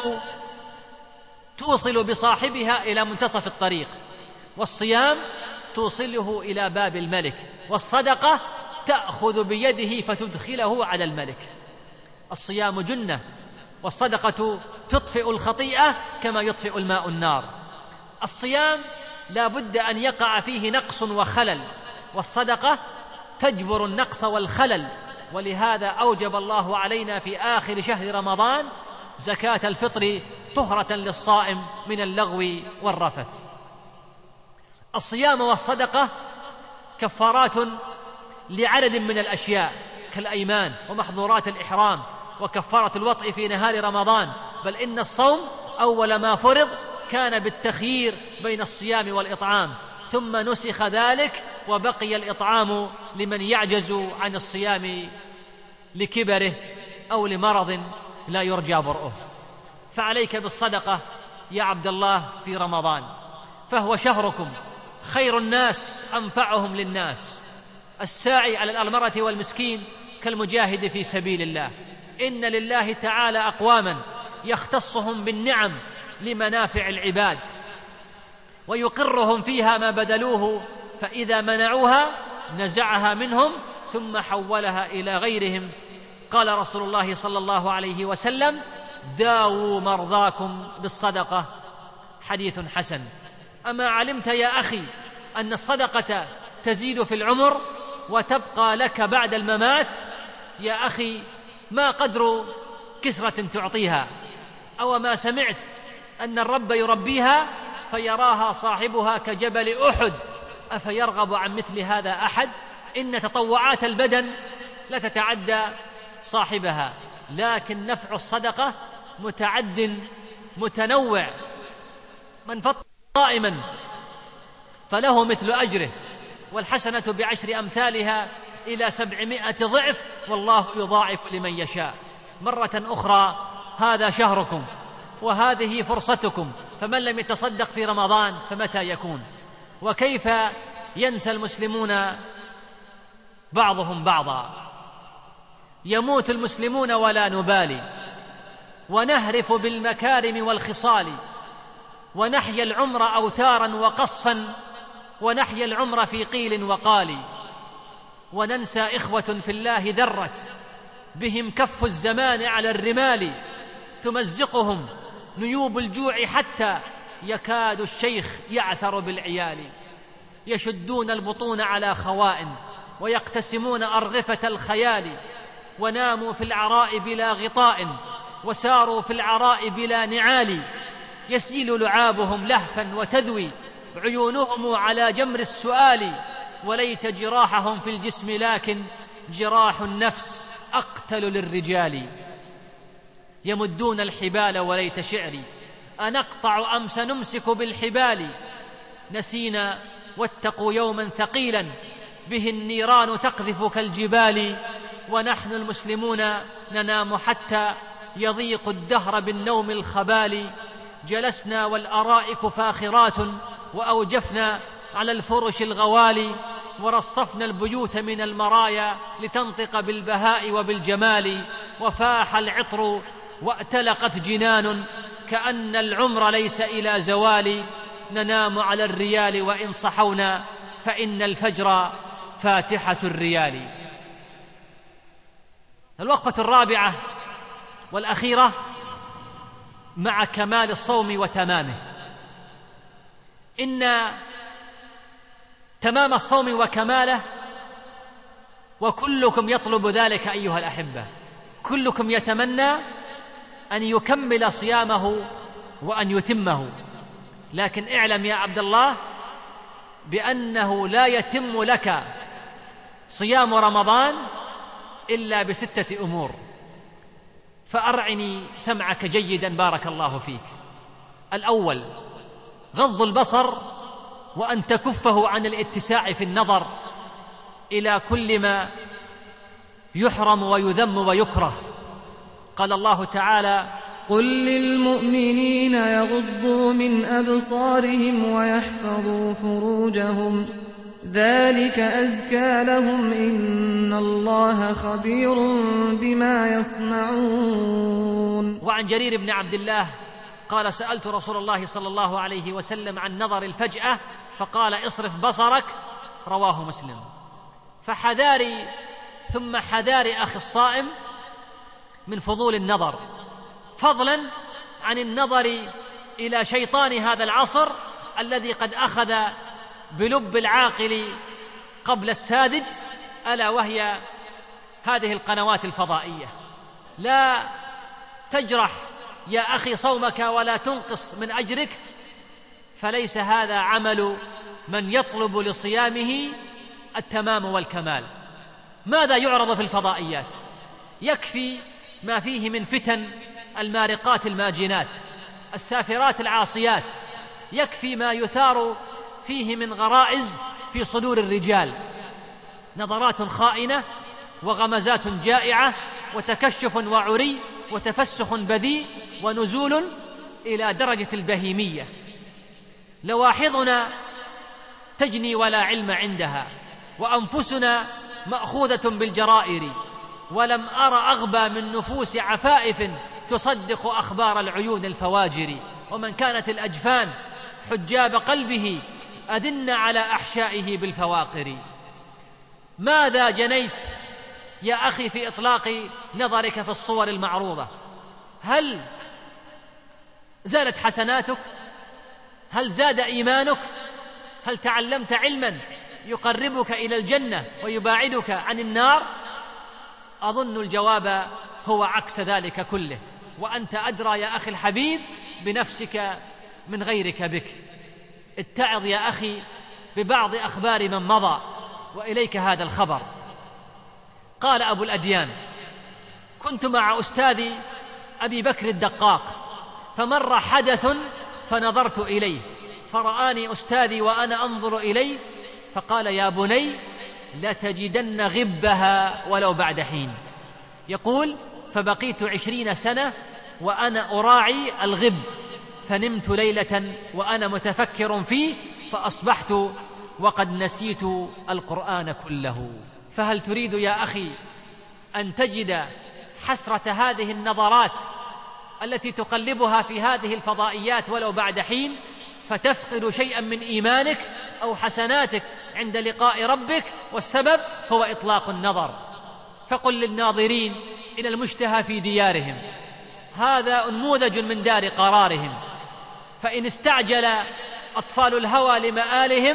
توصل بصاحبها إلى منتصف الطريق، والصيام توصله إلى باب الملك، والصدقة تأخذ بيده فتدخله على الملك. الصيام جنة، والصدقة تطفئ الخطيئة كما يطفئ الماء النار. الصيام لا بد أن يقع فيه نقص وخلل، والصدقة تجبر النقص والخلل، ولهذا أوجب الله علينا في آخر شهر رمضان زكاة الفطر طهرة للصائم من اللغو والرفث. الصيام والصدقة كفارات لعدد من الأشياء كالأيمان ومحظورات الإحرام وكفارة الوطء في نهار رمضان، بل إن الصوم أول ما فرض كان بالتخيير بين الصيام والإطعام، ثم نسخ ذلك وبقي الإطعام لمن يعجز عن الصيام لكبره أو لمرض لا يرجى برؤه. فعليك بالصدقة يا عبد الله في رمضان، فهو شهركم، خير الناس أنفعهم للناس. الساعي على الأرملة والمسكين كالمجاهد في سبيل الله. إن لله تعالى أقواما يختصهم بالنعم لمنافع العباد ويقرهم فيها ما بذلوه، فإذا منعوها نزعها منهم ثم حولها إلى غيرهم. قال رسول الله صلى الله عليه وسلم: داووا مرضاكم بالصدقة. حديث حسن. أما علمت يا أخي أن الصدقة تزيد في العمر وتبقى لك بعد الممات؟ يا أخي، ما قدر كسرة تعطيها؟ أو ما سمعت أن الرب يربيها فيراها صاحبها كجبل أحد؟ أفيرغب عن مثل هذا أحد؟ إن تطوعات البدن لا تتعدى صاحبها، لكن نفع الصدقة متعد متنوع. من فطر صائما فله مثل أجره، والحسنة بعشر أمثالها إلى سبعمائة ضعف، والله يضاعف لمن يشاء. مرة أخرى هذا شهركم وهذه فرصتكم، فمن لم يتصدق في رمضان فمتى يكون؟ وكيف ينسى المسلمون بعضهم بعضا؟ يموت المسلمون ولا نبالي، ونهرف بالمكارم والخصال، ونحيا العمر أوتارا وقصفا، ونحيا العمر في قيل وقال، وننسى إخوة في الله ذرت بهم كف الزمان على الرمال، تمزقهم نيوب الجوع حتى يكاد الشيخ يعثر بالعيال، يشدون البطون على خوائن ويقتسمون أرغفة الخيال، وناموا في العراء بلا غطاء وساروا في العراء بلا نعال، يسيل لعابهم لهفا وتذوي عيونهم على جمر السؤال، وليت جراحهم في الجسم لكن جراح النفس أقتل للرجال، يمدون الحبال وليت شعري أنقطع أم سنمسك بالحبال، نسينا واتقوا يوما ثقيلا به النيران تقذف كالجبال، ونحن المسلمون ننام حتى يضيق الدهر بالنوم الخبال، جلسنا والأرائك فاخرات وأوجفنا على الفرش الغوالي، ورصفنا البيوت من المرايا لتنطق بالبهاء وبالجمال، وفاح العطر واتلقت جنان كأن العمر ليس إلى زوال، ننام على الريال وإن صحونا فإن الفجر فاتحة الريال. الوقفة الرابعة والأخيرة مع كمال الصوم وتمامه. إن تمام الصوم وكماله وكلكم يطلب ذلك أيها الأحبة، كلكم يتمنى أن يكمل صيامه وأن يتمه، لكن اعلم يا عبد الله بأنه لا يتم لك صيام رمضان إلا بستة أمور، فأرعني سمعك جيدا بارك الله فيك. الأول غض البصر، وأن تكفه عن الاتساع في النظر إلى كل ما يحرم ويذم ويكره. قال الله تعالى: قل للمؤمنين يغضوا من أبصارهم ويحفظوا فروجهم ذلك أزكى لهم إن الله خبير بما يصنعون. وعن جرير بن عبد الله قال: سألت رسول الله صلى الله عليه وسلم عن نظر الفجأة فقال: اصرف بصرك، رواه مسلم. فحذاري ثم حذاري أخي الصائم من فضول النظر، فضلا عن النظر إلى شيطان هذا العصر الذي قد أخذ بلب العاقل قبل الساذج، ألا وهي هذه القنوات الفضائية. لا تجرح يا أخي صومك ولا تنقص من أجرك، فليس هذا عمل من يطلب لصيامه التمام والكمال. ماذا يعرض في الفضائيات؟ يكفي ما فيه من فتن المارقات الماجنات السافرات العاصيات، يكفي ما يثار فيه من غرائز في صدور الرجال، نظرات خائنة وغمزات جائعة وتكشف وعري وتفسخ بذيء ونزول إلى درجة البهيمية. لواحظنا تجني ولا علم عندها، وأنفسنا مأخوذة بالجرائر، ولم أر أغبى من نفوس عفائف تصدق أخبار العيون الفواجر. ومن كانت الأجفان حجاب قلبه أذن على أحشائه بالفواقر. ماذا جنيت يا أخي في إطلاق نظرك في الصور المعروضة؟ هل زادت حسناتك؟ هل زاد إيمانك؟ هل تعلمت علما يقربك إلى الجنة ويباعدك عن النار؟ أظن الجواب هو عكس ذلك كله، وأنت أدرى يا أخي الحبيب بنفسك من غيرك بك. اتعظ يا أخي ببعض أخبار من مضى وإليك هذا الخبر. قال أبو الأديان: كنت مع أستاذي أبي بكر الدقاق، فمر حدث فنظرت إليه، فرآني أستاذي وأنا أنظر إليه، فقال: يا بني لتجدن غبها ولو بعد حين. يقول: فبقيت عشرين سنة وأنا أراعي الغب، فنمت ليلة وأنا متفكر فيه، فأصبحت وقد نسيت القرآن كله. فهل تريد يا أخي أن تجد حسرة هذه النظرات التي تقلبها في هذه الفضائيات ولو بعد حين، فتفقد شيئا من إيمانك أو حسناتك عند لقاء ربك؟ والسبب هو إطلاق النظر. فقل للناظرين إلى المشتهى في ديارهم: هذا نموذج من دار قرارهم، فإن استعجل أطفال الهوى لمآلهم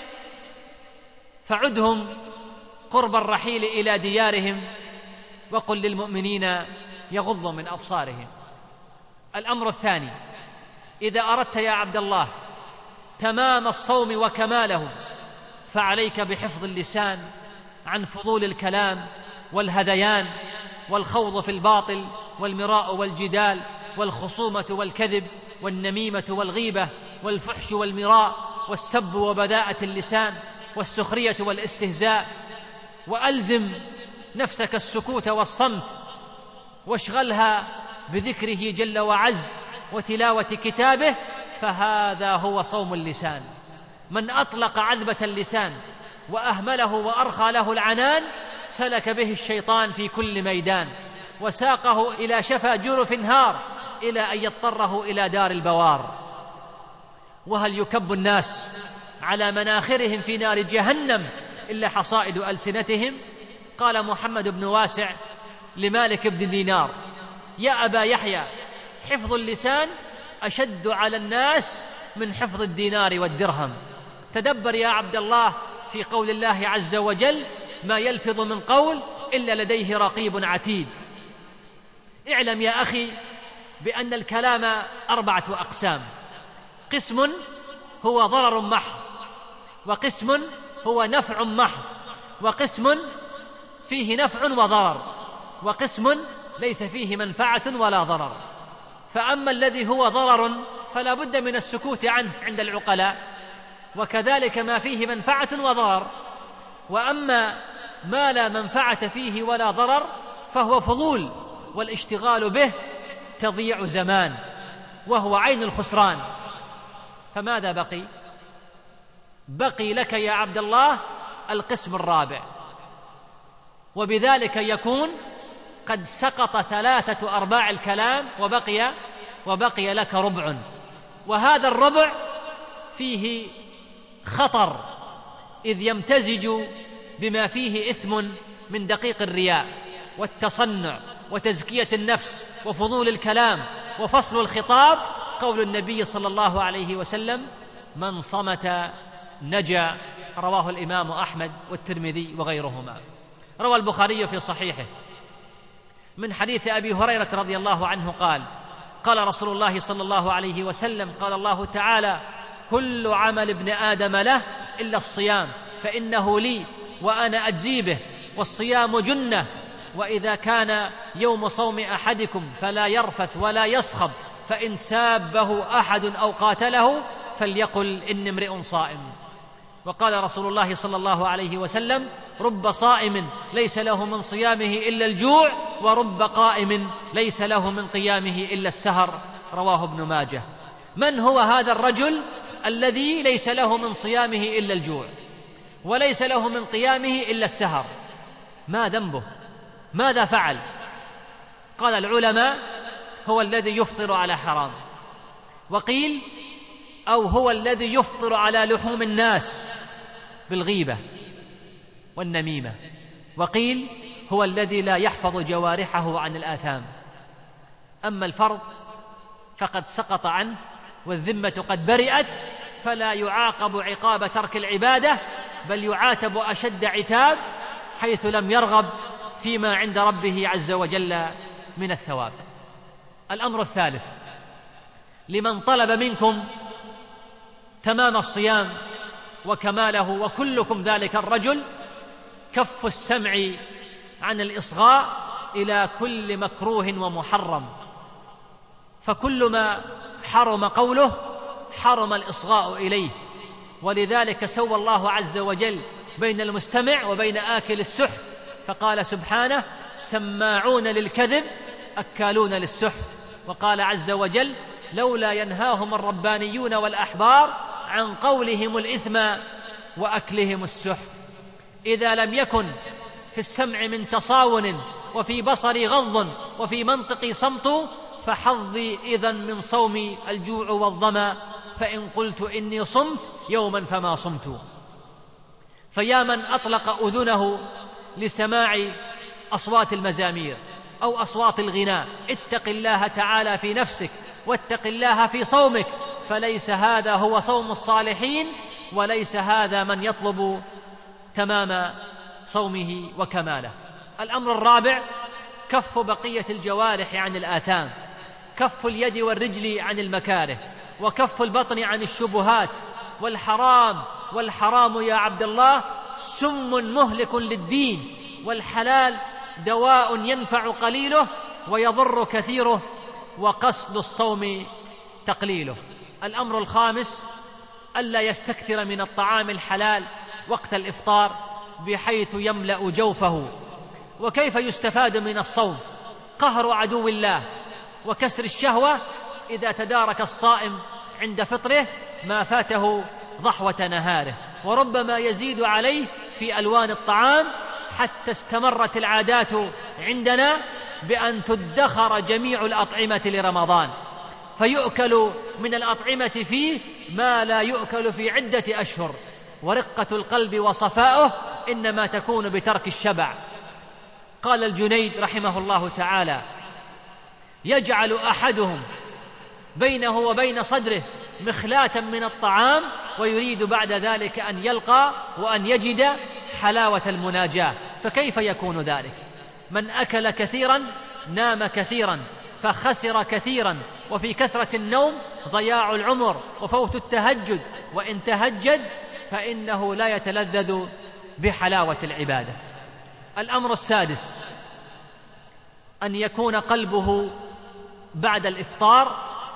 فعدهم قرب الرحيل إلى ديارهم، وقل للمؤمنين يغضوا من أبصارهم. الأمر الثاني: إذا أردت يا عبد الله تمام الصوم وكماله، فعليك بحفظ اللسان عن فضول الكلام والهذيان والخوض في الباطل والمراء والجدال والخصومة والكذب والنميمة والغيبة والفحش والمراء والسب وبذاءة اللسان والسخرية والاستهزاء. وألزم نفسك السكوت والصمت، واشغلها بذكره جل وعز وتلاوة كتابه، فهذا هو صوم اللسان. من أطلق عذبة اللسان وأهمله وأرخى له العنان، سلك به الشيطان في كل ميدان، وساقه إلى شفا جرف هار، إلى أن يضطره إلى دار البوار. وهل يكب الناس على مناخرهم في نار جهنم إلا حصائد ألسنتهم؟ قال محمد بن واسع لمالك بن دينار: يا أبا يحيى، حفظ اللسان أشد على الناس من حفظ الدينار والدرهم. تدبر يا عبد الله في قول الله عز وجل: ما يلفظ من قول إلا لديه رقيب عتيد. اعلم يا أخي بأن الكلام أربعة أقسام: قسم هو ضرر محض، وقسم هو نفع محض، وقسم فيه نفع وضرر، وقسم ليس فيه منفعة ولا ضرر. فأما الذي هو ضرر فلا بد من السكوت عنه عند العقلاء، وكذلك ما فيه منفعة وضرر. وأما ما لا منفعة فيه ولا ضرر فهو فضول، والاشتغال به تضيع زمان، وهو عين الخسران. فماذا بقي؟ بقي لك يا عبد الله القسم الرابع، وبذلك يكون قد سقط ثلاثة أرباع الكلام، وبقي وبقي لك ربع. وهذا الربع فيه خطر، إذ يمتزج بما فيه إثم من دقيق الرياء والتصنع وتزكية النفس وفضول الكلام وفصل الخطاب. قول النبي صلى الله عليه وسلم: من صمت نجا، رواه الإمام أحمد والترمذي وغيرهما. روى البخاري في صحيحه من حديث أبي هريرة رضي الله عنه قال: قال رسول الله صلى الله عليه وسلم: قال الله تعالى: كل عمل ابن آدم له إلا الصيام فإنه لي وأنا أجزي به، والصيام جنة، وإذا كان يوم صوم أحدكم فلا يرفث ولا يصخب، فإن سابه أحد أو قاتله فليقل إني امرئ صائم. وقال رسول الله صلى الله عليه وسلم: رب صائم ليس له من صيامه إلا الجوع، ورب قائم ليس له من قيامه إلا السهر، رواه ابن ماجه. من هو هذا الرجل الذي ليس له من صيامه إلا الجوع وليس له من قيامه إلا السهر؟ ما ذنبه؟ ماذا فعل؟ قال العلماء: هو الذي يفطر على حرام، وقيل أو هو الذي يفطر على لحوم الناس بالغيبة والنميمة، وقيل هو الذي لا يحفظ جوارحه عن الآثام. أما الفرض فقد سقط عنه والذمة قد برئت، فلا يعاقب عقاب ترك العبادة، بل يعاتب أشد عتاب، حيث لم يرغب فيما عند ربه عز وجل من الثواب. الأمر الثالث: لمن طلب منكم تمام الصيام وكماله، وكلكم ذلك الرجل، كف السمع عن الإصغاء إلى كل مكروه ومحرم، فكل ما حرم قوله حرم الإصغاء إليه. ولذلك سوى الله عز وجل بين المستمع وبين آكل السحت، فقال سبحانه: سماعون للكذب أكالون للسحت. وقال عز وجل: لولا ينهاهم الربانيون والأحبار عن قولهم الإثم وأكلهم السحت. إذا لم يكن في السمع من تصاون وفي بصري غض وفي منطقي صمت، فحظي إذن من صوم الجوع والظما، فإن قلت إني صمت يوما فما صمت. فيا من أطلق أذنه لسماع أصوات المزامير أو أصوات الغناء، اتق الله تعالى في نفسك واتق الله في صومك، فليس هذا هو صوم الصالحين، وليس هذا من يطلب تمام صومه وكماله. الأمر الرابع: كف بقية الجوارح عن الآثام، كف اليد والرجل عن المكاره، وكف البطن عن الشبهات والحرام. والحرام يا عبد الله سم مهلك للدين، والحلال دواء ينفع قليله ويضر كثيره، وقصد الصوم تقليله. الأمر الخامس: ألا يستكثر من الطعام الحلال وقت الإفطار بحيث يملأ جوفه. وكيف يستفاد من الصوم؟ قهر عدو الله وكسر الشهوة إذا تدارك الصائم عند فطره ما فاته ضحوة نهاره، وربما يزيد عليه في ألوان الطعام، حتى استمرت العادات عندنا بأن تدخر جميع الأطعمة لرمضان، فيؤكل من الأطعمة فيه ما لا يؤكل في عدة أشهر. ورقة القلب وصفاؤه إنما تكون بترك الشبع. قال الجنيد رحمه الله تعالى: يجعل أحدهم بينه وبين صدره مخلاة من الطعام، ويريد بعد ذلك أن يلقى وأن يجد حلاوة المناجاة. فكيف يكون ذلك؟ من أكل كثيرا نام كثيرا فخسر كثيرا، وفي كثرة النوم ضياع العمر وفوت التهجد، وإن تهجد فإنه لا يتلذذ بحلاوة العبادة. الأمر السادس: أن يكون قلبه بعد الإفطار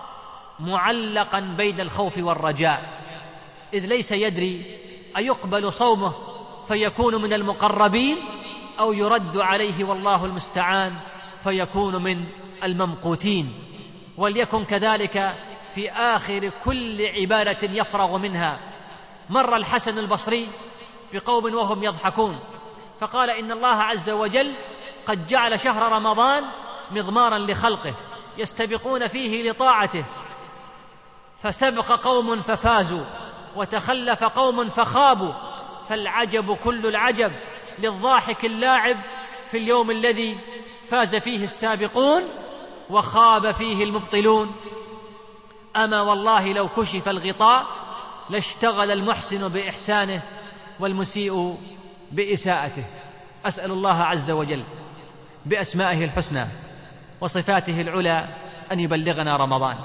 معلقا بين الخوف والرجاء، إذ ليس يدري أيقبل صومه فيكون من المقربين أو يرد عليه والله المستعان فيكون من الممقوتين. وليكن كذلك في آخر كل عبادة يفرغ منها. مر الحسن البصري بقوم وهم يضحكون، فقال: إن الله عز وجل قد جعل شهر رمضان مضمارا لخلقه يستبقون فيه لطاعته، فسبق قوم ففازوا وتخلف قوم فخابوا، فالعجب كل العجب للضاحك اللاعب في اليوم الذي فاز فيه السابقون وخاب فيه المبطلون. أما والله لو كشف الغطاء لاشتغل المحسن بإحسانه والمسيء بإساءته. أسأل الله عز وجل بأسمائه الحسنى وصفاته العلى أن يبلغنا رمضان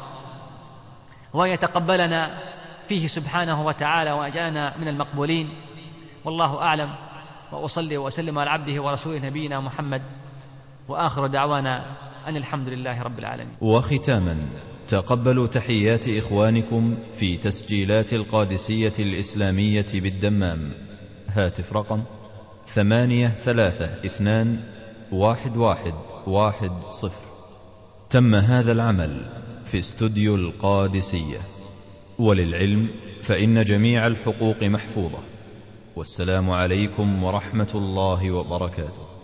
وأن يتقبلنا فيه سبحانه وتعالى وأجعلنا من المقبولين. والله أعلم، وأصلي وأسلم على عبده ورسوله نبينا محمد، وآخر دعوانا أن الحمد لله رب العالمين. وختاما، تقبلوا تحيات إخوانكم في تسجيلات القادسية الإسلامية بالدمام. هاتف رقم ثمانية ثلاثة اثنان واحد واحد واحد صفر. تم هذا العمل في استوديو القادسية. وللعلم فإن جميع الحقوق محفوظة. والسلام عليكم ورحمة الله وبركاته.